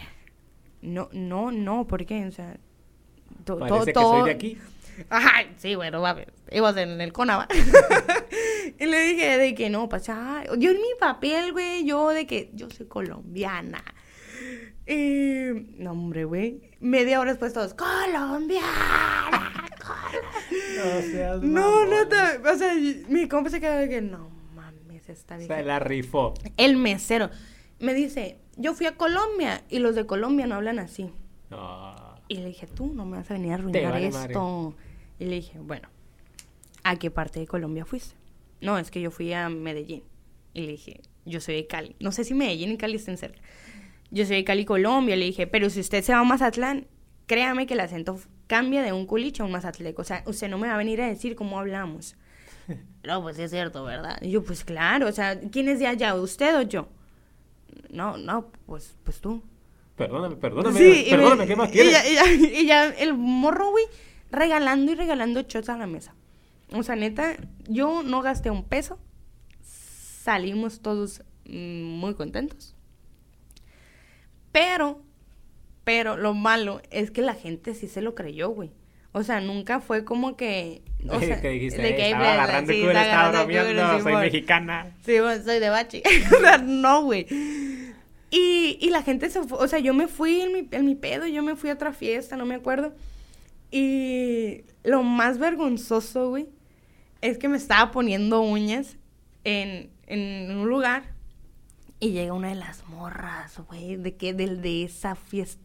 no, ¿por qué? O sea, parece que soy de aquí. Ajá, sí, bueno, va a ver, ibas en el Conava. Y le dije de que no, pasa. Yo en mi papel, güey, yo de que yo soy colombiana. No, hombre, güey. Media hora después todos, colombiana. No, neta. O sea, mi compa se quedó de que no mames, está bien. Se la rifó. El mesero me dice, yo fui a Colombia y los de Colombia no hablan así. Y le dije, tú no me vas a venir a arruinar esto. Madre. Y le dije, bueno, ¿a qué parte de Colombia fuiste? No, es que yo fui a Medellín. Y le dije, yo soy de Cali. No sé si Medellín y Cali estén cerca. Yo soy de Cali, Colombia. Le dije, pero si usted se va a Mazatlán, créame que el acento cambia de un culiche a un mazatleco. O sea, usted no me va a venir a decir cómo hablamos. No, pues es cierto, ¿verdad? Y yo, pues claro, o sea, ¿quién es de allá? ¿Usted o yo? No, pues tú. Perdóname, sí, ¿qué más quieres? Y ya el morro, güey, regalando shots a la mesa. O sea, neta, yo no gasté un peso. Salimos todos muy contentos. Pero lo malo es que la gente sí se lo creyó, güey. O sea, nunca fue como que... O sea, que dijiste, estaba agarrando culo, estaba bromeando, soy mexicana. Sí, bueno, soy de Bachi. No, güey. Y la gente se fue, o sea, yo me fui en mi pedo, yo me fui a otra fiesta, no me acuerdo. Y lo más vergonzoso, güey, es que me estaba poniendo uñas en un lugar y llega una de las morras, güey, de esa fiesta,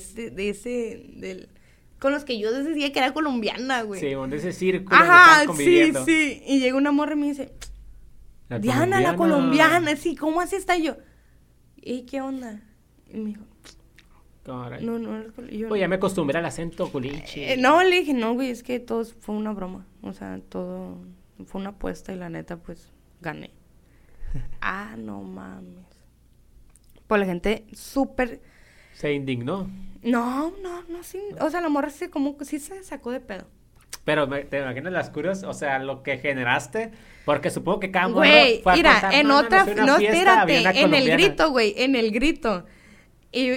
con los que yo decía que era colombiana, güey. Sí, de ese círculo. Ajá, sí. Y llega una morra y me dice, Diana, la colombiana, sí, ¿cómo así está yo? ¿Y qué onda? Y me dijo, no, pues ya me acostumbré al acento culichi. No, le dije, no, güey, es que todo fue una broma. O sea, todo fue una apuesta y la neta, pues, gané. No mames. Pues la gente súper... ¿Se indignó? No, sí. O sea, la morra sí, como que sí se sacó de pedo. Pero te imaginas las curas, o sea, lo que generaste, porque supongo que cada morro fue a contar, en otra, no, espérate, en el grito, y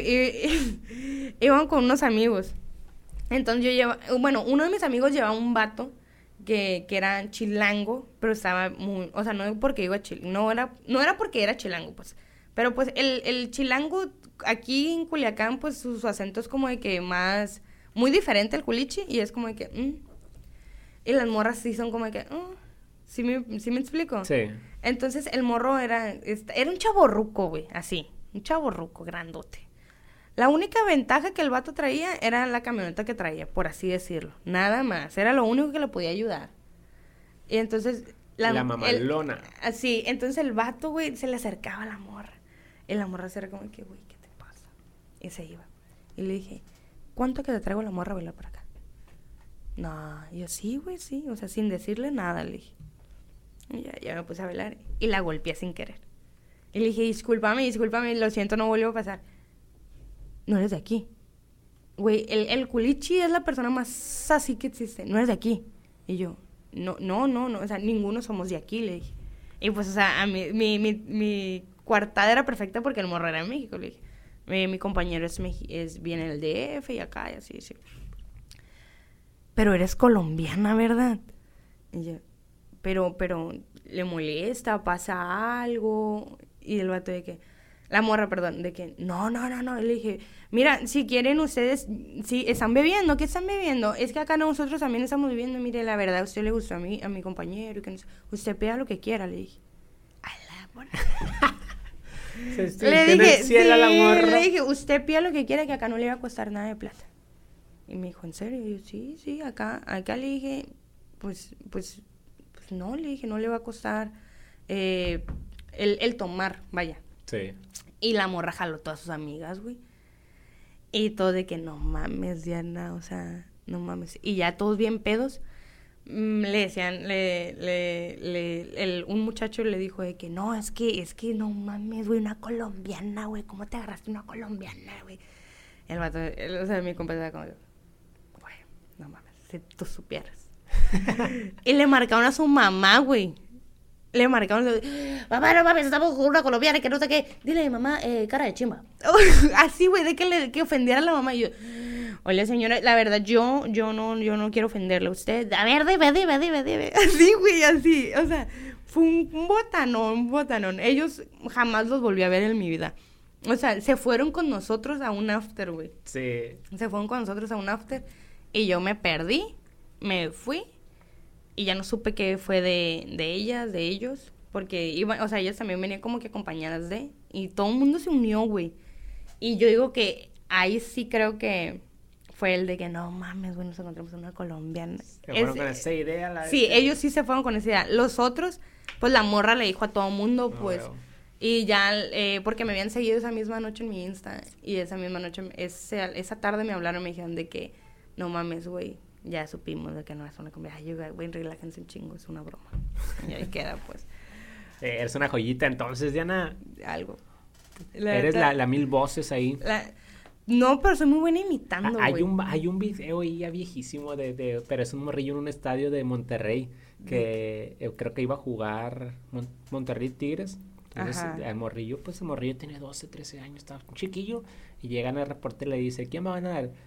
iban con unos amigos, entonces uno de mis amigos llevaba un vato que era chilango, pero estaba muy, o sea, no porque iba no era porque era chilango, pues, pero pues el chilango aquí en Culiacán, pues su acento es como de que más, muy diferente al culichi, y es como de que, y las morras sí son como de que, ¿sí me explico? Sí. Entonces el morro era un chavorruco, güey, así, un chavorruco grandote. La única ventaja que el vato traía era la camioneta que traía, por así decirlo, nada más, era lo único que le podía ayudar. Y entonces... La mamalona. Así, entonces el vato, güey, se le acercaba a la morra. Y la morra se era como que, güey, ¿qué te pasa? Y se iba. Y le dije, ¿cuánto que te traigo la morra a bailar para acá? No, yo sí, güey, sí. O sea, sin decirle nada, le dije. Y ya me puse a bailar y la golpeé sin querer. Y le dije, discúlpame, lo siento, no vuelvo a pasar. No eres de aquí. Güey, el culichi es la persona más así que existe. No eres de aquí. Y yo, no. O sea, ninguno somos de aquí, le dije. Y pues, o sea, a mí, mi coartada era perfecta porque el morro era en México, le dije. Mi compañero viene del DF y acá y así. Pero eres colombiana, ¿verdad? Y yo, pero le molesta, pasa algo. Y el vato de que, La morra, perdón, de que, no. Le dije, mira, si quieren ustedes, si están bebiendo, ¿qué están bebiendo? Es que acá nosotros también estamos bebiendo. Mire, la verdad, a usted le gustó a mi compañero. Que no sé, usted pida lo que quiera, le dije. A la morra. Le dije, sí, le dije, usted pida lo que quiera, que acá no le va a costar nada de plata. Y me dijo, ¿en serio? Y yo, sí, acá le dije, pues no, le dije, no le va a costar el tomar, vaya. Sí. Y la morra jaló a todas sus amigas, güey. Y todo de que no mames, Diana, o sea, no mames. Y ya todos bien pedos, le decían, un muchacho le dijo de que no, es que no mames, güey, una colombiana, güey, ¿cómo te agarraste una colombiana, güey? El vato, o sea, mi compa estaba como, güey, no mames, si tú supieras. Y le marcaron a su mamá, güey. Le marcaron, mamá, no mames, estamos con una colombiana que no sé qué. Dile, mamá, cara de chimba. Así, güey, de que ofendiera a la mamá. Y yo, oye, señora, la verdad, yo no quiero ofenderle a usted. A ver, dime. Así, güey, así. O sea, fue un botanón. Ellos jamás los volví a ver en mi vida. O sea, se fueron con nosotros a un after, güey. Sí. Se fueron con nosotros a un after. Y yo me perdí, me fui. Y ya no supe qué fue de ellas, de ellos. Porque iban, o sea, ellas también venían como que acompañadas de. Y todo el mundo se unió, güey. Y yo digo que ahí sí creo que fue el de que no mames, güey, nos encontramos una colombiana. Se fueron con esa idea. Sí, ellos sí se fueron con esa idea. Los otros, pues la morra le dijo a todo el mundo, pues. Veo. Y ya, porque me habían seguido esa misma noche en mi Insta. Y esa misma noche, esa tarde me hablaron y me dijeron de que no mames, güey. Ya supimos de que no es una comida. Ay, güey, relájense un chingo, es una broma. Y ahí queda, pues. Eres una joyita, entonces, Diana. Algo. Eres la mil voces ahí. No, pero soy muy buena imitando, güey. Hay un video ahí ya viejísimo pero es un morrillo en un estadio de Monterrey que creo que iba a jugar Monterrey Tigres. Entonces, el morrillo tiene 12, 13 años, estaba un chiquillo, y llegan al reporte y le dice, ¿quién me van a dar?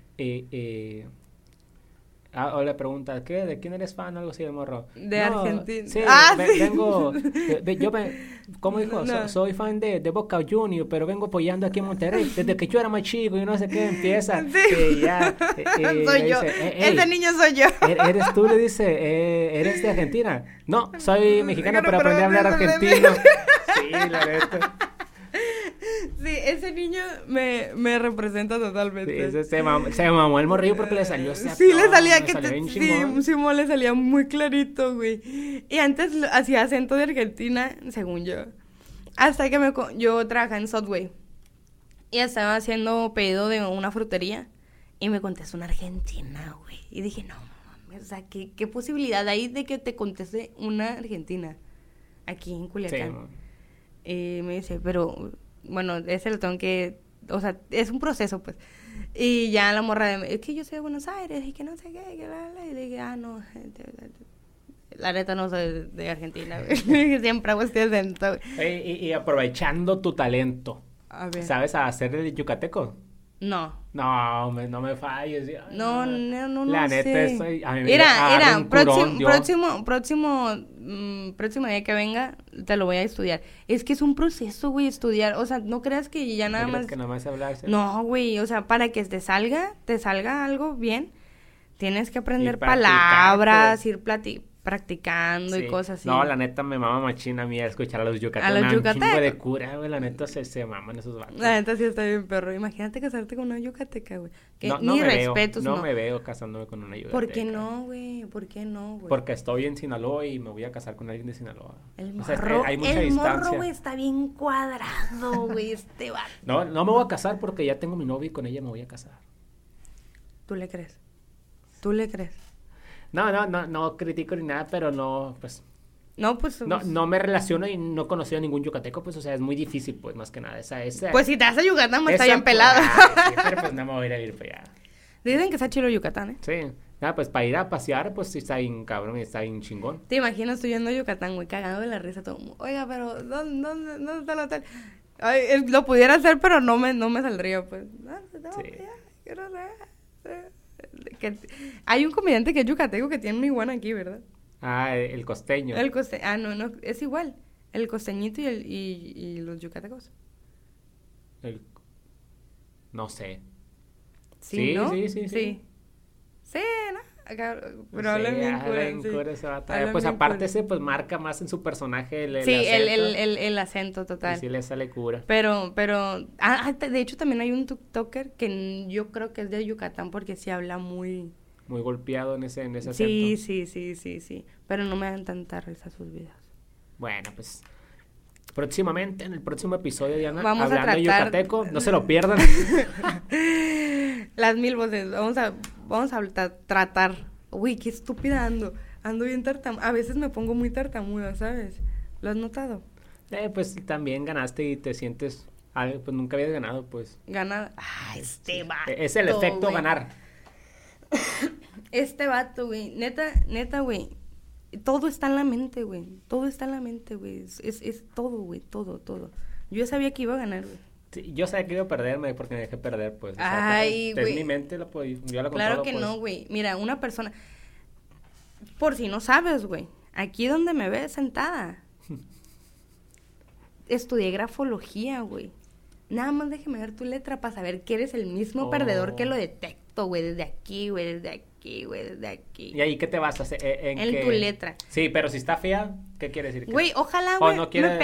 O le pregunta, ¿de quién eres fan? Algo así, el morro. De Argentina. Sí, vengo, ¿cómo dijo? No. Soy fan de Boca Juniors, pero vengo apoyando aquí en Monterrey. Desde que yo era más chico y no sé qué, empieza. Sí. Soy yo. Dice, ese niño soy yo. ¿Eres tú? Le dice, ¿eres de Argentina? No, soy mexicano, pero aprendí a hablar argentino. Sí, la neta. Sí, ese niño me representa totalmente. Sí, se mamó el morrillo porque le salió ese Sí, le salía le salía muy clarito, güey. Y antes hacía acento de Argentina, según yo. Hasta que yo trabajaba en Subway. Y estaba haciendo pedido de una frutería. Y me contestó una argentina, güey. Y dije, no mames, o sea, ¿qué posibilidad hay de que te conteste una argentina? Aquí en Culiacán. Sí, y me dice, pero... Bueno, ese lo tengo que... O sea, es un proceso, pues. Y ya la morra es que yo soy de Buenos Aires y que no sé qué, y le dije, no, la neta no soy de Argentina, güey. Siempre hago este acento, güey. Y aprovechando tu talento, a ver. ¿Sabes hacer el yucateco? No. No me falles. No la neta sé. A mí Mira, próximo día que venga, te lo voy a estudiar. Es que es un proceso, güey, estudiar. O sea, no creas que ya nada más... que nada más hablarse. No, güey, o sea, para que te salga algo bien, tienes que aprender palabras, pues. Ir practicando y cosas así. No, la neta me mama machina a mí escuchar a los yucatecos. Un chingo de cura, güey, la neta se maman esos vatos. La neta sí está bien, perro. Imagínate casarte con una yucateca, güey. No me veo casándome con una yucateca. ¿Por qué no, güey? Porque estoy en Sinaloa y me voy a casar con alguien de Sinaloa. El morro, hay mucha distancia. Güey, está bien cuadrado, güey, este vato. No me voy a casar porque ya tengo mi novia y con ella me voy a casar. ¿Tú le crees? No critico ni nada, pero no, pues... No me relaciono y no he conocido a ningún yucateco, pues, o sea, es muy difícil, pues, más que nada. Esa pues si te vas a Yucatán, está bien pelado. Sí, pero pues no me voy a ir para allá. Dicen que está chido Yucatán, ¿eh? Sí. Nada, pues para ir a pasear, pues sí está bien cabrón y está bien chingón. ¿Te imaginas tú yendo a Yucatán, güey, cagando de la risa todo? Oiga, pero ¿dónde está el hotel? Ay, lo pudiera hacer, pero no me saldría, pues. Hay un comediante que es yucateco que tiene una iguana aquí, ¿verdad? El costeño. No, es igual. El costeñito y los yucatecos. No sé. Sí, ¿no? Sí. Sí, ¿no? Acá, pero Sí, hablan bien habla cura, bien sí. cura ese vato. Hablan Pues bien aparte cura. ese, pues marca más en su personaje el Sí, acento. el acento Y total. sí le sale cura. Pero, de hecho también hay un TikToker que yo creo que es de Yucatán porque sí habla muy... Muy golpeado en ese acento. Sí. Pero no me dan tanta risa sus videos. Bueno, pues próximamente, en el próximo episodio, Diana, Vamos a hablando de tratar- yucateco, no se lo pierdan. Las 1000 voces. Vamos a tratar. Uy, qué estúpida ando. Ando bien tartamuda. A veces me pongo muy tartamuda, ¿sabes? ¿Lo has notado? Pues también ganaste y te sientes, pues nunca habías ganado, pues. Ganada. Ah, este vato. Es el efecto güey. ganar. Este vato, güey. Neta, güey. Todo está en la mente, güey. Todo está en la mente, güey. Es todo, güey. Todo. Yo ya sabía que iba a ganar, güey. Sí, yo sabía que iba a perderme porque me dejé perder, pues. O sea, Ay, es güey. mi mente, yo la controlo, Claro que pues. no, güey. Mira, una persona... Por si no sabes, güey. Aquí donde me ves sentada. Estudié grafología, güey. Nada más déjeme ver tu letra para saber que eres el mismo perdedor que lo detecto, güey. Desde aquí, güey. Desde aquí. ¿Y ahí qué te basas? En tu letra. Sí, pero si está fea, ¿qué quiere decir? Güey, ojalá, O güey, no quiere-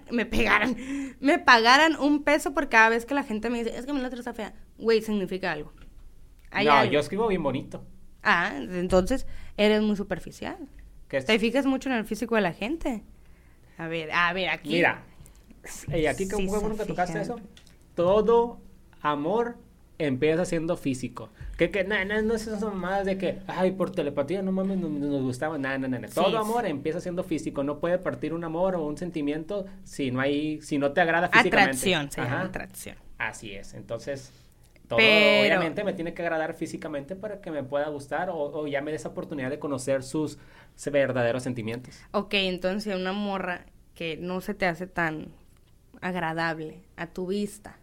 me pagaran $1 por cada vez que la gente me dice, es que mi letra está fea. Güey, significa algo. Hay No, algo. yo escribo bien bonito. Ah, entonces eres muy superficial. Que Te fijas mucho en el físico de la gente. A ver, aquí. Mira, y aquí Sí qué bueno se que tocaste fijan. eso. Todo amor empieza siendo físico. No es esas mamadas de que, ay, por telepatía, no mames, nos gustaba. No. Todo Sí, amor empieza siendo físico. No puede partir un amor o un sentimiento si no te agrada físicamente. Atracción, se llama Ajá. atracción. Así es. Entonces, todo Pero- obviamente me tiene que agradar físicamente para que me pueda gustar o ya me des oportunidad de conocer sus verdaderos sentimientos. Ok, entonces una morra que no se te hace tan agradable a tu vista,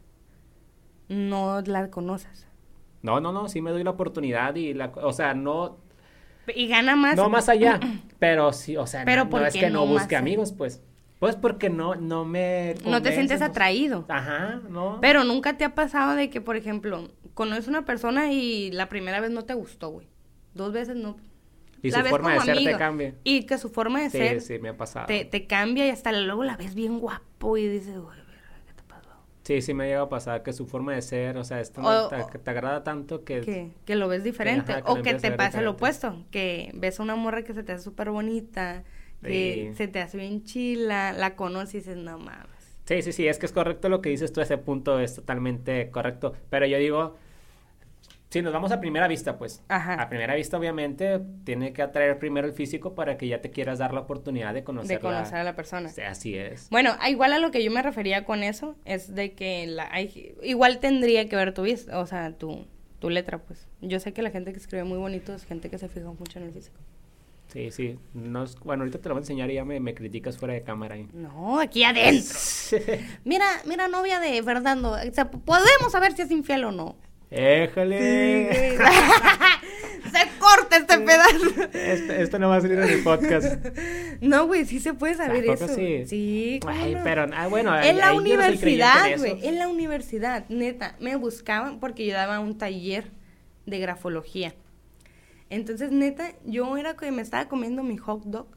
no la conoces. No, sí me doy la oportunidad o sea, no Y gana más. más allá, pero sí, o sea, Pero no ¿por es qué que no no busque más? amigos, pues. Pues porque no me No te convence, sientes pues. atraído. Ajá, no. Pero nunca te ha pasado de que, por ejemplo, conoces una persona y la primera vez no te gustó, güey. 2 veces no. Y La su ves forma de como ser te amigo. cambia. Y que su forma de ser Sí, me ha pasado. te cambia y hasta luego la ves bien guapo y dices, güey, ¿qué te pasó? Sí, me ha llegado a pasar que su forma de ser, o sea, te agrada tanto que Que lo ves diferente. Ajá, que O lo que empiezas a te ver pasa lo diferente. opuesto. Que ves a una morra que se te hace súper bonita, que Sí. se te hace bien chila, la conoces y dices, no mames. Sí, es que es correcto lo que dices tú, ese punto es totalmente correcto. Pero yo digo, si nos vamos a primera vista, pues. Ajá. A primera vista, obviamente, tiene que atraer primero el físico para que ya te quieras dar la oportunidad de conocerla. De conocer a la persona. Sí, así es. Bueno, igual a lo que yo me refería con eso es de que igual tendría que ver tu vista, o sea, tu letra, pues. Yo sé que la gente que escribe muy bonito es gente que se fija mucho en el físico. Sí. Bueno, ahorita te lo voy a enseñar y ya me criticas fuera de cámara. No, aquí adentro. Mira, novia de Fernando, o sea, podemos saber si es infiel o no. ¡Éjale! Se corta este pedazo. Esto no va a salir en el podcast. No, güey, sí se puede saber ¿Tampoco eso. sí? Sí, ¿cómo Ay, no? pero, bueno. En la ahí yo no soy creyente universidad, en eso. güey, en la universidad, neta, me buscaban porque yo daba un taller de grafología. Entonces, neta, yo era que me estaba comiendo mi hot dog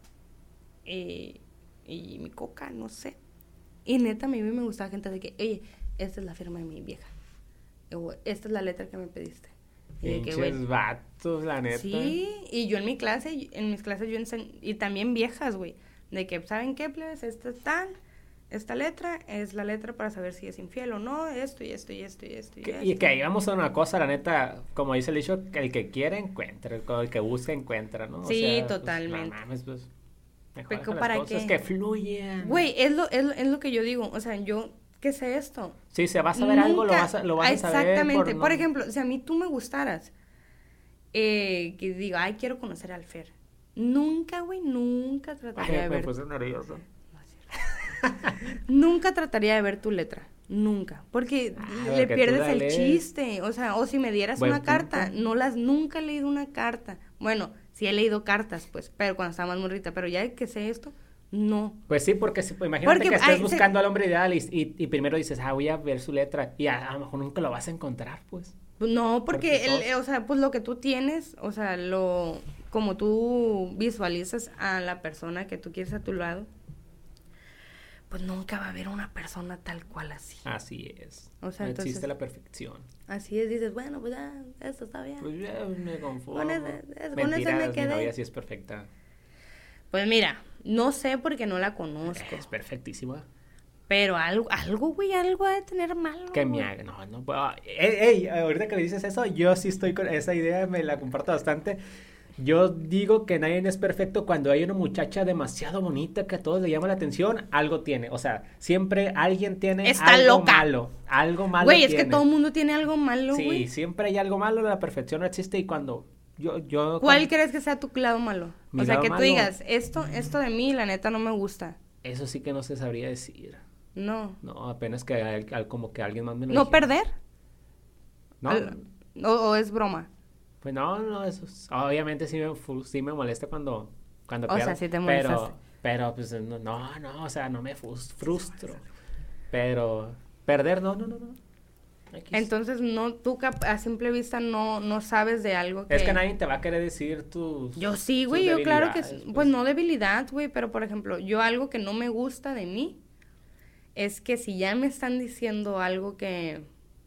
y mi coca, no sé. Y neta, a mí me gustaba gente de que, oye, esta es la firma de mi vieja. O, esta es la letra que me pediste. Y de que, güey, Pinches vatos, la neta. sí, y yo en mis clases yo y también viejas, güey, de que, ¿saben qué, plebes? Esta letra es la letra para saber si es infiel o no, esto y esto. Y que ahí vamos a una cosa, la neta, como dice el dicho, que el que quiere encuentra, el que busca encuentra, ¿no? Sí, pues, totalmente. no mames, pues, mejor Pero deja las ¿para cosas qué? que fluyan. Güey, es lo que yo digo, o sea, yo, ¿qué sé esto? Sí, se va a saber algo, lo vas a saber. Exactamente, no- por ejemplo, si a mí tú me gustaras, que digo, ay, quiero conocer al Fer, nunca, güey, nunca trataría de Ay, me ver puse nervioso. Nunca trataría de ver tu letra, nunca, porque le porque tú pierdes la el lees. chiste, o sea, o si me dieras Buen una carta, punto. nunca he leído una carta, bueno, sí he leído cartas, pues, pero cuando estaba más morrita, pero ya que sé esto, No. Pues sí, porque imagínate Porque, que estés ay, buscando al hombre ideal y primero dices, voy a ver su letra. Y a lo mejor nunca lo vas a encontrar, pues. No, porque, Porque o sea, pues lo que tú tienes, o sea, como tú visualizas a la persona que tú quieres a tu lado, pues nunca va a haber una persona tal cual así. Así es. O sea, no entonces, existe la perfección. así es, dices, bueno, pues ya, esto está bien. Pues ya me conformo. Con ese Mentiras, me mi quedé. novia sí es perfecta. Pues mira, no sé porque no la conozco. Es perfectísima. Pero güey, algo ha de tener malo. Que me güey. haga, no puedo. Ey, ahorita que me dices eso, yo sí estoy con esa idea, me la comparto bastante. Yo digo que nadie es perfecto cuando hay una muchacha demasiado bonita que a todos le llama la atención, algo tiene. O sea, siempre alguien tiene Está algo loca. malo. Algo malo Güey, es tiene. que todo el mundo tiene algo malo, Sí, güey. siempre hay algo malo, la perfección no existe y cuando yo ¿Cuál crees que sea tu lado malo? Mi O sea, lado que tú malo. digas, esto de mí, la neta, no me gusta. Eso sí que no se sabría decir. No. No, apenas que como que alguien más me lo ¿No dijera. perder? No, ¿O es broma? pues no, eso obviamente sí me molesta cuando O pierdo. sea, sí te molestaste. Pero pues no, o sea, no me frustro. Pero perder, no. X. Entonces, no, tú a simple vista no sabes de algo que... Es que nadie te va a querer decir tus Yo sí, tus güey, yo claro que... debilidades, Pues no debilidad, güey, pero por ejemplo, yo algo que no me gusta de mí es que si ya me están diciendo algo que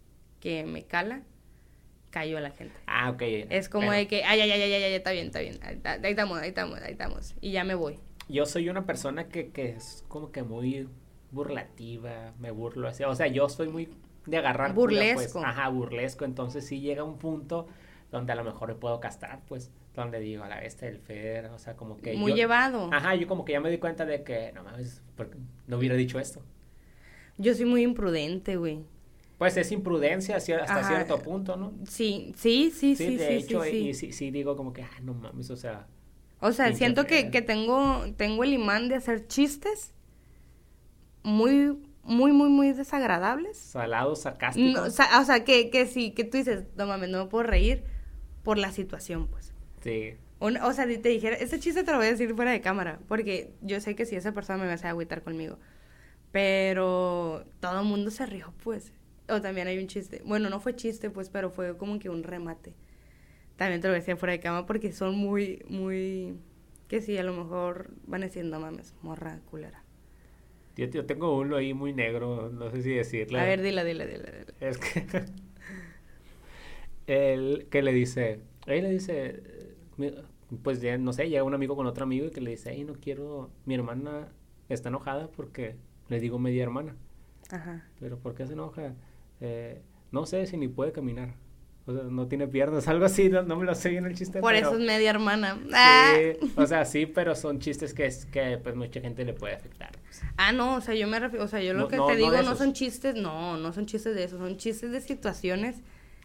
me cala, callo a la gente. Ok. Es como Bueno, de que, ay, está bien. Ahí estamos. Y ya me voy. yo soy una persona que es como que muy burlativa, me burlo así. O sea, yo soy muy de agarrar cura, Burlesco. pues. Ajá, burlesco. Entonces sí llega un punto donde a lo mejor me puedo castrar, pues. Donde digo, a la bestia del Fer, o sea, como que Muy llevado. Ajá, yo como que ya me di cuenta de que, no mames, porque no hubiera dicho esto. Yo soy muy imprudente, güey. Pues es imprudencia hasta Ajá. cierto punto, ¿no? Sí, De hecho, sí. y sí digo como que, no mames, o sea... O sea, pinche siento Fer. que tengo el imán de hacer chistes muy desagradables. Salado, sarcástico. No, o sea, que sí, que tú dices, no mames, no me puedo reír por la situación, pues. Sí. O sea, te dijera, este chiste te lo voy a decir fuera de cámara, porque yo sé que si esa persona me va a hacer agüitar conmigo. Pero todo el mundo se rió, pues. O también hay un chiste. Bueno, no fue chiste, pues, pero fue como que un remate. También te lo decía fuera de cámara porque son muy... Que sí, a lo mejor van diciendo, mames, morra culera. Yo tengo uno ahí muy negro, no sé si decirle. A ver, dile. Es que... él que le dice... Él le dice... Pues ya, no sé, llega un amigo con otro amigo y que le dice, no quiero... Mi hermana está enojada porque le digo media hermana. Ajá. ¿Pero por qué se enoja? No sé si ni puede caminar. O sea, no tiene piernas, algo así, no me lo sé bien el chiste. Por pero, eso es media hermana. Sí, o sea, sí, pero son chistes que pues mucha gente le puede afectar. Pues. No, o sea, yo me refiero, o sea, yo lo que te digo no son chistes, no son chistes de eso, son chistes de situaciones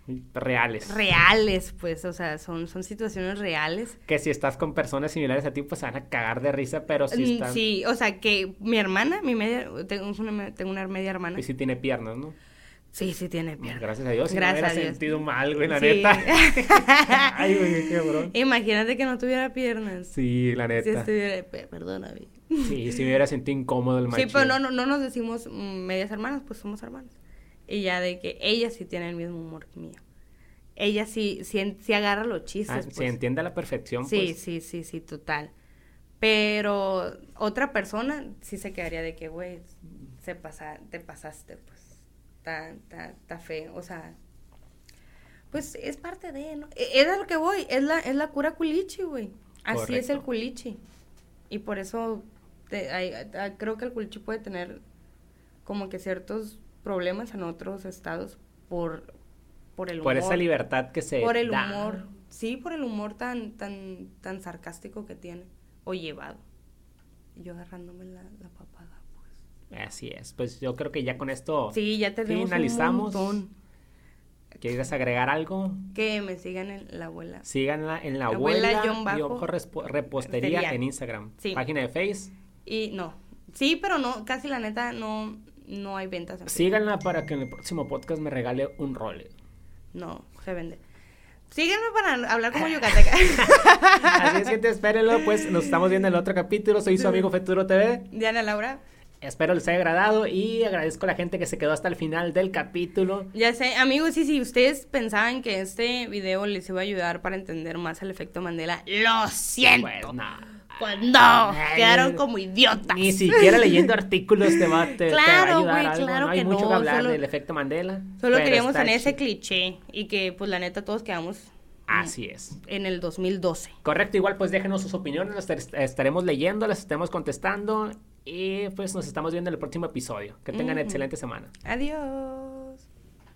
reales, pues, o sea, son situaciones reales. Que si estás con personas similares a ti, pues se van a cagar de risa, pero si están... Sí, o sea, que mi hermana, tengo una media hermana. Y si tiene piernas, ¿no? Sí tiene piernas. Gracias a Dios, si Gracias no a hubiera Dios. sentido mal, güey, la Sí. neta. Ay, güey, qué cabrón. Imagínate que no tuviera piernas. Sí, la Si neta. estuviera, perdóname. Sí, si me hubiera sentido incómodo el machín. Sí, pero no nos decimos medias hermanas, pues somos hermanas. Y ya de que ella sí tiene el mismo humor que mío. Ella sí agarra los chistes, pues. Se entiende a la perfección, Sí, pues. sí, total. Pero otra persona sí se quedaría de que, güey, te pasaste, pues. Está feo, o sea, pues es parte de, ¿no? Es a lo que voy, es la cura culichi, güey. Así Correcto. es el culichi. Y por eso creo que el culichi puede tener como que ciertos problemas en otros estados por el humor. Por esa libertad que se Por el da. humor. Sí, por el humor tan sarcástico que tiene. O llevado. Y yo agarrándome la papada, pues. Así es. Pues yo creo que ya con esto Sí, ya tenemos finalizamos. un montón. ¿Quieres agregar algo? Que me sigan en la abuela. Síganla en la Abuela abuela repostería Sería. en Instagram. Sí. Página de Face. Y no. Sí, pero no, casi la neta no hay ventas. En Síganla para que en el próximo podcast me regale un role. No, se vende. Síguenme para hablar como yucateca. Así es, gente, espérenlo, pues nos estamos viendo en el otro capítulo. Soy su amigo Futuro TV. Diana Laura. Espero les haya agradado y agradezco a la gente que se quedó hasta el final del capítulo. Ya sé, amigos, y si ustedes pensaban que este video les iba a ayudar para entender más el efecto Mandela, lo siento. Pues no. Pues no, quedaron como idiotas. Ni siquiera leyendo artículos te va a Claro, ayudar güey, algo. claro No hay que mucho no, que hablar solo- del efecto Mandela. Solo pero queríamos está tener ese chido. cliché y que, pues, la neta, todos quedamos Así es. en el 2012. Correcto, igual pues déjenos sus opiniones, las estaremos leyendo, las estaremos contestando y pues nos estamos viendo en el próximo episodio. Que tengan excelente semana. Adiós.